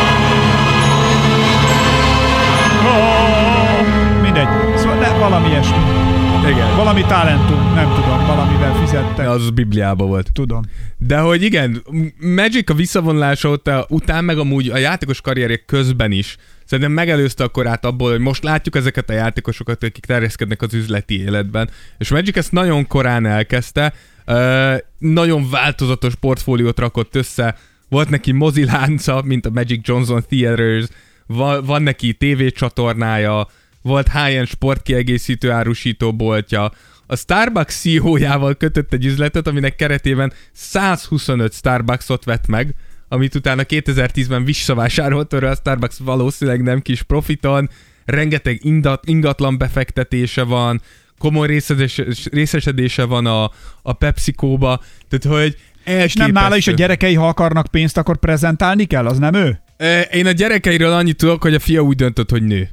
Mindegy. Szóval valami ilyesmi. Igen. Valami talentum, nem tudom, valamivel fizettek. Az Bibliában volt. Tudom. De hogy igen, Magic a visszavonulása után, meg amúgy a játékos karrierje közben is szerintem megelőzte a korát abból, hogy most látjuk ezeket a játékosokat, akik terjeszkednek az üzleti életben. És Magic ezt nagyon korán elkezdte, nagyon változatos portfóliót rakott össze, volt neki mozilánca, mint a Magic Johnson Theaters, van neki tévécsatornája, volt high-end sportkiegészítő árusító boltja, a Starbucks CEO-jával kötött egy üzletet, aminek keretében 125 Starbucksot vett meg, amit utána 2010-ben visszavásárolt tőle a Starbucks valószínűleg nem kis profiton, rengeteg ingatlan befektetése van, komoly részesedése van a PepsiCo-ba, tehát hogy elképesztő. És nem nála is a gyerekei, ha akarnak pénzt, akkor prezentálni kell, az nem ő? Én a gyerekeiről annyit tudok, hogy a fia úgy döntött, hogy nő.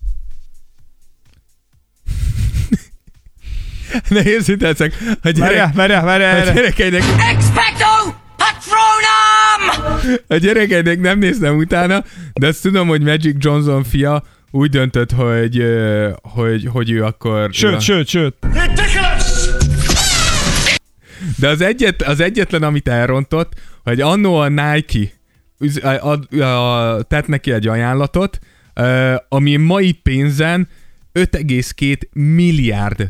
Nehéz hiteszek. A gyerekeinek... Expecto Patronum! A gyerekeinek nem néznem utána, de azt tudom, hogy Magic Johnson fia úgy döntött, hogy ő akkor... Sőt. De az egyetlen, amit elrontott, hogy annó a Nike tett neki egy ajánlatot, ami mai pénzen $5,2 milliárd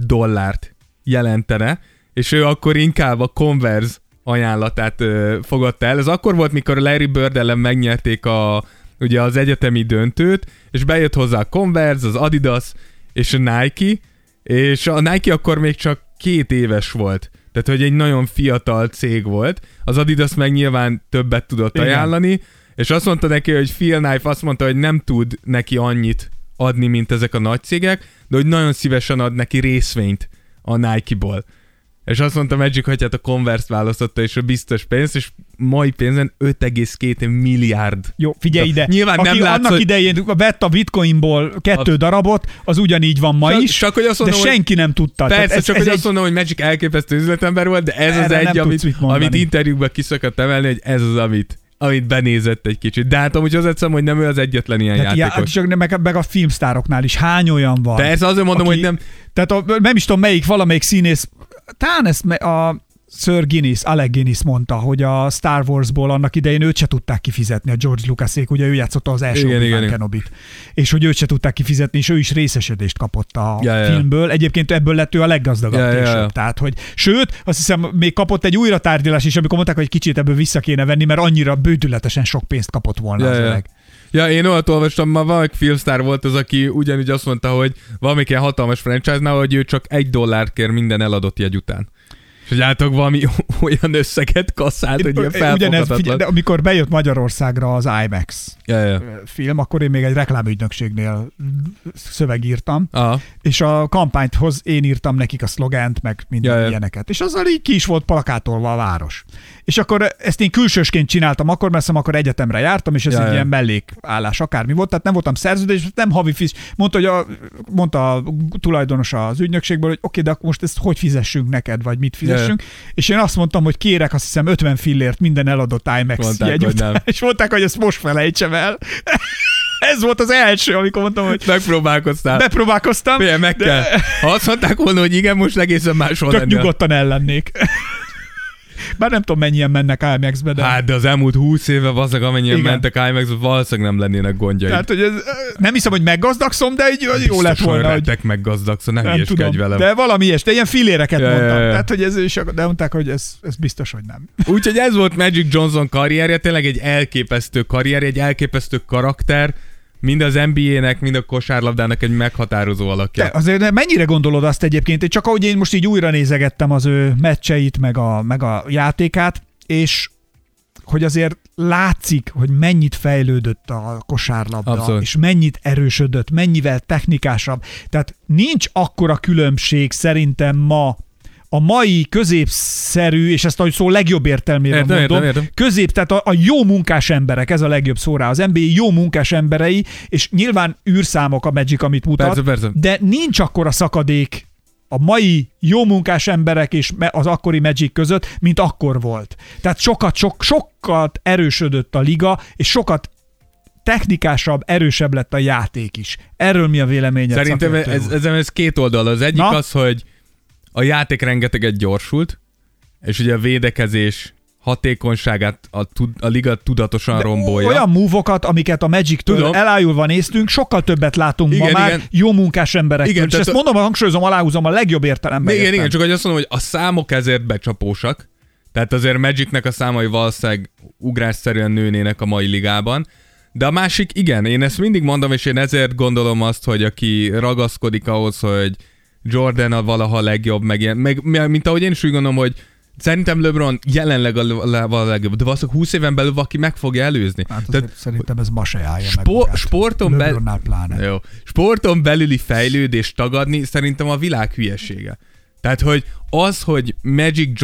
jelentene, és ő akkor inkább a Converse ajánlatát fogadta el. Ez akkor volt, mikor Larry Bird ellen megnyerték ugye az egyetemi döntőt, és bejött hozzá a Converse, az Adidas és a Nike, és a Nike akkor még csak 2 éves volt. Tehát, hogy egy nagyon fiatal cég volt. Az Adidas meg nyilván többet tudott ajánlani, és azt mondta neki, hogy Phil Knight azt mondta, hogy nem tud neki annyit adni, mint ezek a nagy cégek, de hogy nagyon szívesen ad neki részvényt a Nike-ból. És azt mondta Magic, hogy hát a Converse választotta és a biztos pénzt, és mai pénzen $5,2 milliárd. Jó, figyelj ide. Nyilván aki nem látsz, annak idején vett a bitcoinból 2 darabot, az ugyanígy van ma is, csak hogy mondom, de senki nem tudta. Persze, csak hogy azt mondom, hogy Magic elképesztő üzletember volt, de ez az egy, amit interjúkban ki szokott emelni, hogy ez az, amit benézett egy kicsit. De hát amúgy hozzátszom, hogy nem ő az egyetlen ilyen játékos. Csak meg a filmsztároknál is hány olyan van. Persze, azért mondom, hogy nem... Tehát nem is tudom valamelyik színész, talán ezt a Sir Guinness, Alec Guinness mondta, hogy a Star Warsból annak idején őt se tudták kifizetni, a George Lucas-ék, ugye ő játszotta az első Obi-Wan Kenobit. És hogy őt se tudták kifizetni, és ő is részesedést kapott a filmből. Egyébként ebből lett ő a leggazdagabb később. Tehát, hogy sőt, azt hiszem, még kapott egy újratárgyalás is, amikor mondták, hogy kicsit ebből vissza kéne venni, mert annyira bődületesen sok pénzt kapott volna az öreg. Ja, én olyat olvastam, ma valamelyik filmsztár volt az, aki ugyanúgy azt mondta, hogy valamelyik ilyen hatalmas franchise-nál, hogy ő csak $1 kér minden eladott jegy után. És hogy látok valami olyan összeget kasszált, hogy ilyen felfoghatatlan. De amikor bejött Magyarországra az IMAX film, akkor én még egy reklámügynökségnél szövegírtam, és a kampányhoz én írtam nekik a szlogent, meg minden ilyeneket. És azzal így ki is volt plakátolva a város. És akkor ezt én külsősként csináltam akkor, mert akkor egyetemre jártam, és ez egy ilyen mellékállás akármi volt, tehát nem voltam szerződés, nem havi mondta a tulajdonos az ügynökségből, hogy oké, de akkor most ezt hogy fizessünk neked, vagy mit fizessünk. És én azt mondtam, hogy kérek azt hiszem 50 fillért minden eladott IMAX jegy után. És mondták, hogy ezt most felejtsem el. Ez volt az első, amikor mondtam, hogy... Megpróbálkoztál. Bepróbálkoztam. Milyen meg kell. Ha azt mondták volna, hogy igen, most egészen máshol lennél. Tök nyugodtan ellennék. Bár nem tudom, mennyien mennek IMAX-be, de... Hát, de az elmúlt 20 éve vazzag, amennyien mentek IMAX-be, valószínűleg nem lennének gondjai. Tehát, hogy ez, nem hiszem, hogy meggazdagszom, de így jó lett volna, hogy... Biztos, meggazdagszom, nem hülyeskedj velem. De valami ilyes, de ilyen filléreket mondtam. Tehát, hogy ez is, de mondták, hogy ez biztos, hogy nem. Úgyhogy ez volt Magic Johnson karrierje, tényleg egy elképesztő karrier, egy elképesztő karakter, mind az NBA-nek, mind a kosárlabdának egy meghatározó alakja. De azért mennyire gondolod azt egyébként, csak ahogy én most így újra nézegettem az ő meccseit, meg a játékát, és hogy azért látszik, hogy mennyit fejlődött a kosárlabda, Abszolút. és mennyit erősödött, mennyivel technikásabb. Tehát nincs akkora különbség szerintem ma a mai középszerű, és ezt a szó legjobb értelmében mondom, értem. tehát a jó munkás emberek, ez a legjobb szó rá, az NBA jó munkás emberei, és nyilván űrszámok a Magic, amit mutat, persze. de nincs akkora szakadék a mai jó munkás emberek és az akkori Magic között, mint akkor volt. Tehát sokat erősödött a liga, és sokat technikásabb, erősebb lett a játék is. Erről mi a véleményed? Szerintem ez két oldal. Az egyik az, hogy a játék rengeteget gyorsult, és ugye a védekezés hatékonyságát a liga tudatosan rombolja. Olyan move-okat, amiket a Magic-től elájulva néztünk, sokkal többet látunk ma már jó munkás emberektől. És ezt mondom, hangsúlyozom, aláhúzom a legjobb értelemben. Igen, csak hogy azt mondom, hogy a számok ezért becsapósak. Tehát azért Magicnek a számai valószínűleg ugrásszerűen nőnének a mai ligában. De a másik, igen, én ezt mindig mondom, és én ezért gondolom azt, hogy aki ragaszkodik ahhoz, hogy Jordan a valaha legjobb, meg mint ahogy én is úgy gondolom, hogy szerintem LeBron jelenleg a legjobb, de valószínűleg 20 éven belül valaki meg fogja előzni. Hát tehát szerintem ez ma se állja meg magát. Sporton belüli fejlődést tagadni szerintem a világ hülyesége. Tehát, hogy az, hogy Magic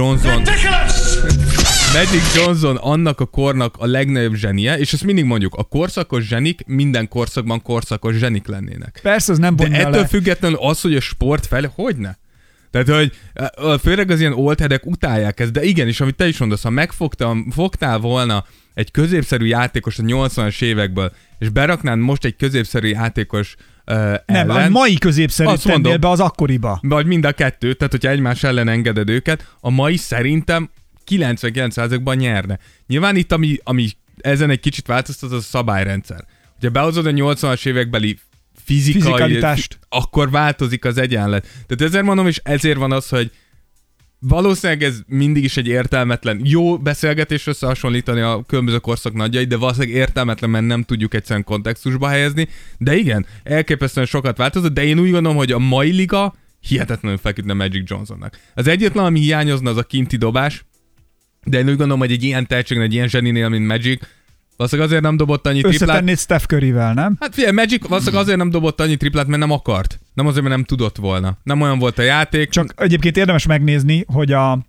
Johnson annak a kornak a legnagyobb zsenie, és ezt mindig mondjuk, a korszakos zsenik minden korszakban korszakos zsenik lennének. Persze, az nem vonja de ettől függetlenül az, hogy a sport fejlő, hogyne? Tehát, hogy főleg az ilyen old headek utálják ezt, de igenis, amit te is mondasz, ha fogtál volna egy középszerű játékos a 80-as évekből, és beraknál most egy középszerű játékos ellen... Nem, a mai középszerű tennél be az akkoriba. Vagy mind a kettő, tehát hogyha egymás ellen engeded őket, a mai szerintem 99%-ban nyerne. Nyilván itt, ami ezen egy kicsit változtat, az a szabályrendszer. Hogyha behozod a 80-as évekbeli fizikalitást, akkor változik az egyenlet. Tehát ezért mondom, és ezért van az, hogy valószínűleg ez mindig is egy értelmetlen, jó beszélgetés összehasonlítani a különböző korszak nagyjait, de valószínűleg értelmetlen, mert nem tudjuk egyszerűen kontextusba helyezni. De igen, elképesztően sokat változott, de én úgy gondolom, hogy a mai liga hihetetlenül feküdne Magic Johnsonnak. Az egyetlen, ami hiányozna, az a kinti dobás, de én úgy gondolom, hogy egy ilyen tehetségnél, egy ilyen zseninél, mint Magic, valószínűleg azért nem dobott annyi triplát. Összetennéd Steph Curryvel, nem? Hát figyelj, Magic valószínűleg azért nem dobott annyi triplát, mert nem akart. Nem azért, mert nem tudott volna. Nem olyan volt a játék. Csak egyébként érdemes megnézni, hogy a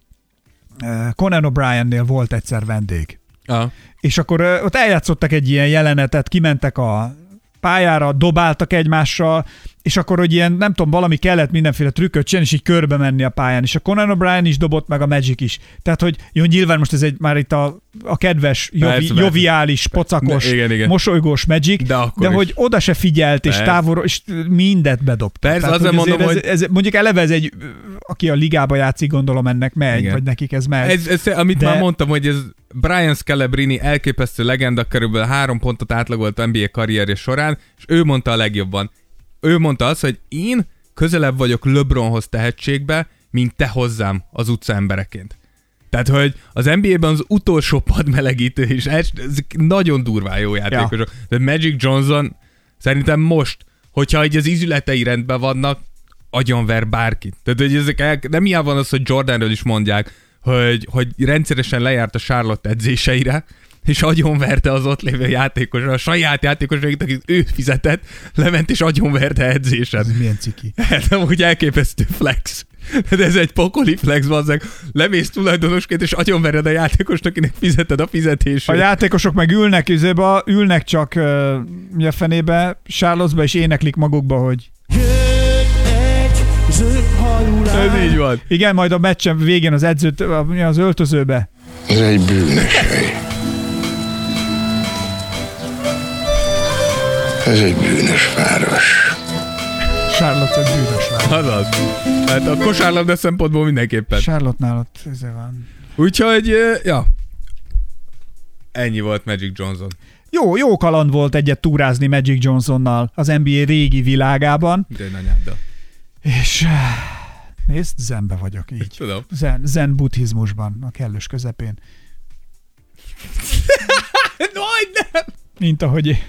Conan O'Briennél volt egyszer vendég. És akkor ott eljátszottak egy ilyen jelenetet, kimentek a pályára, dobáltak egymással, és akkor, hogy ilyen, nem tudom, valami kellett mindenféle trükköt csinálni, és így körbe menni a pályán. És a Conan O'Brien is dobott, meg a Magic is. Tehát, hogy jó, nyilván most ez már itt a kedves, joviális, pocakos, igen. mosolygós Magic, de hogy oda se figyelt, és távolról, és mindent bedobta. Persze, tehát, azért mondom, hogy... Ez, mondjuk eleve ez egy, aki a ligába játszik, gondolom ennek megy, igen. Vagy nekik ez megy. Amit már mondtam, hogy ez Brian Scalabrine elképesztő legenda, körülbelül 3 pontot átlagolt NBA karrierje során, és ő mondta a legjobban. Ő mondta azt, hogy én közelebb vagyok LeBronhoz tehetségbe, mint te hozzám az utca embereként. Tehát, hogy az NBA-ben az utolsó padmelegítő, és ez nagyon durván jó játékosok. De Magic Johnson szerintem most, hogyha így az ízületei rendben vannak, agyonver bárkit. Tehát, hogy ezek nem ilyen van az, hogy Jordanről is mondják, hogy rendszeresen lejárt a Charlotte edzéseire, és agyonverte az ott lévő játékosra, a saját játékosra, akit ő fizetett, lement és agyonverte edzésen. Ez milyen ciki. Nem úgy elképesztő flex. De ez egy pokoli flex, bazzeg. Lemész tulajdonosként, és agyonvered a játékost, akinek fizeted a fizetését. A játékosok meg ülnek csak mi a fenébe, Charlottesba, és éneklik magukba, hogy... Ez így van. Igen, majd a meccsen végén az öltözőbe. Ez egy bűnös hely. Ez egy bűnös város. Charlotte egy bűnös lány. Azaz. Hát a kosárlabda szempontból mindenképpen. Charlotte-nál ott ez van. Úgyhogy, ja. Ennyi volt Magic Johnson. Jó kaland volt egyet túrázni Magic Johnsonnal az NBA régi világában. De anyáddal. És nézd, zenbe vagyok így. Tudom. Zen buddhizmusban, a kellős közepén. Nem! Mint ahogy...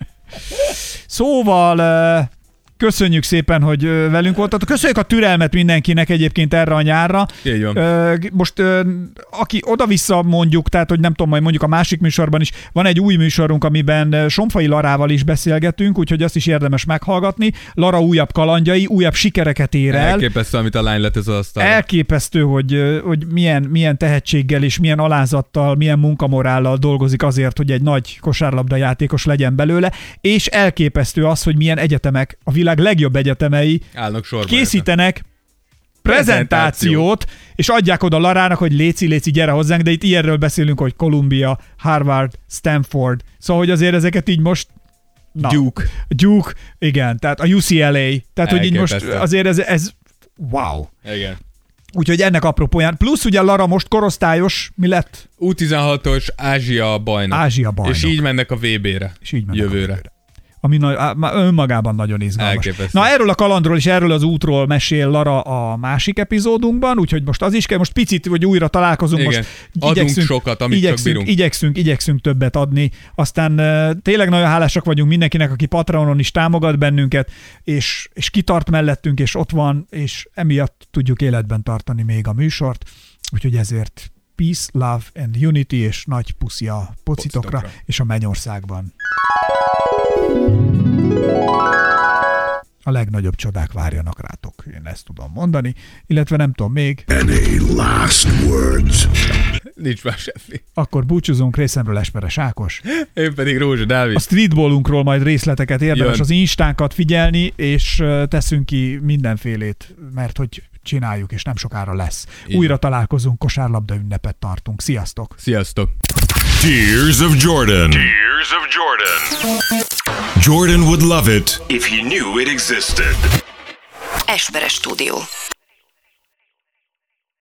Szóval... Köszönjük szépen, hogy velünk voltatok. Köszönjük a türelmet mindenkinek egyébként erre a nyárra. Így van. Most aki oda-vissza mondjuk, tehát hogy nem tudom, majd mondjuk a másik műsorban is, van egy új műsorunk, amiben Somfai Larával is beszélgetünk, úgyhogy azt is érdemes meghallgatni. Lara újabb kalandjai, újabb sikereket ér el. Elképesztő, amit a lány lett az asztalra. Elképesztő, hogy milyen tehetséggel és milyen alázattal, milyen munkamorállal dolgozik azért, hogy egy nagy kosárlabda játékos legyen belőle, és elképesztő az, hogy milyen egyetemek, a világ legjobb egyetemei készítenek prezentációt, és adják oda Larának, hogy léci, gyere hozzánk, de itt ilyenről beszélünk, hogy Columbia, Harvard, Stanford, szóval, hogy azért ezeket így most Duke, igen, tehát a UCLA, tehát, hogy így most azért ez wow. Igen. Úgyhogy ennek apropóján, plusz ugye Lara most korosztályos, mi lett? U16-os Ázsia bajnok. És így mennek a VB-re. És így mennek jövőre. A VB-re. Ami önmagában nagyon izgalmas. Elképesztő. Na, erről a kalandról és erről az útról mesél Lara a másik epizódunkban, úgyhogy most az is kell, most picit, hogy újra találkozunk. Igen. Most adunk sokat, amit csak bírunk. Igyekszünk többet adni. Aztán tényleg nagyon hálásak vagyunk mindenkinek, aki Patreonon is támogat bennünket, és kitart mellettünk, és ott van, és emiatt tudjuk életben tartani még a műsort. Úgyhogy ezért peace, love and unity, és nagy puszi a pocitokra. És a Mennyországban. A legnagyobb csodák várjanak rátok, én ezt tudom mondani, illetve nem tudom még. Any last words? Nincs már semmi. Akkor búcsúzunk, részemről Esperes Ákos. Én pedig Rózsa Dávid. A streetballunkról majd részleteket érdemes az instánkat figyelni, és teszünk ki mindenfélét, mert hogy csináljuk, és nem sokára lesz. Újra találkozunk, kosárlabda ünnepet tartunk. Sziasztok! Sziasztok! Tears of Jordan. Tears of Jordan. Jordan would love it if he knew it existed. Esperes Stúdió.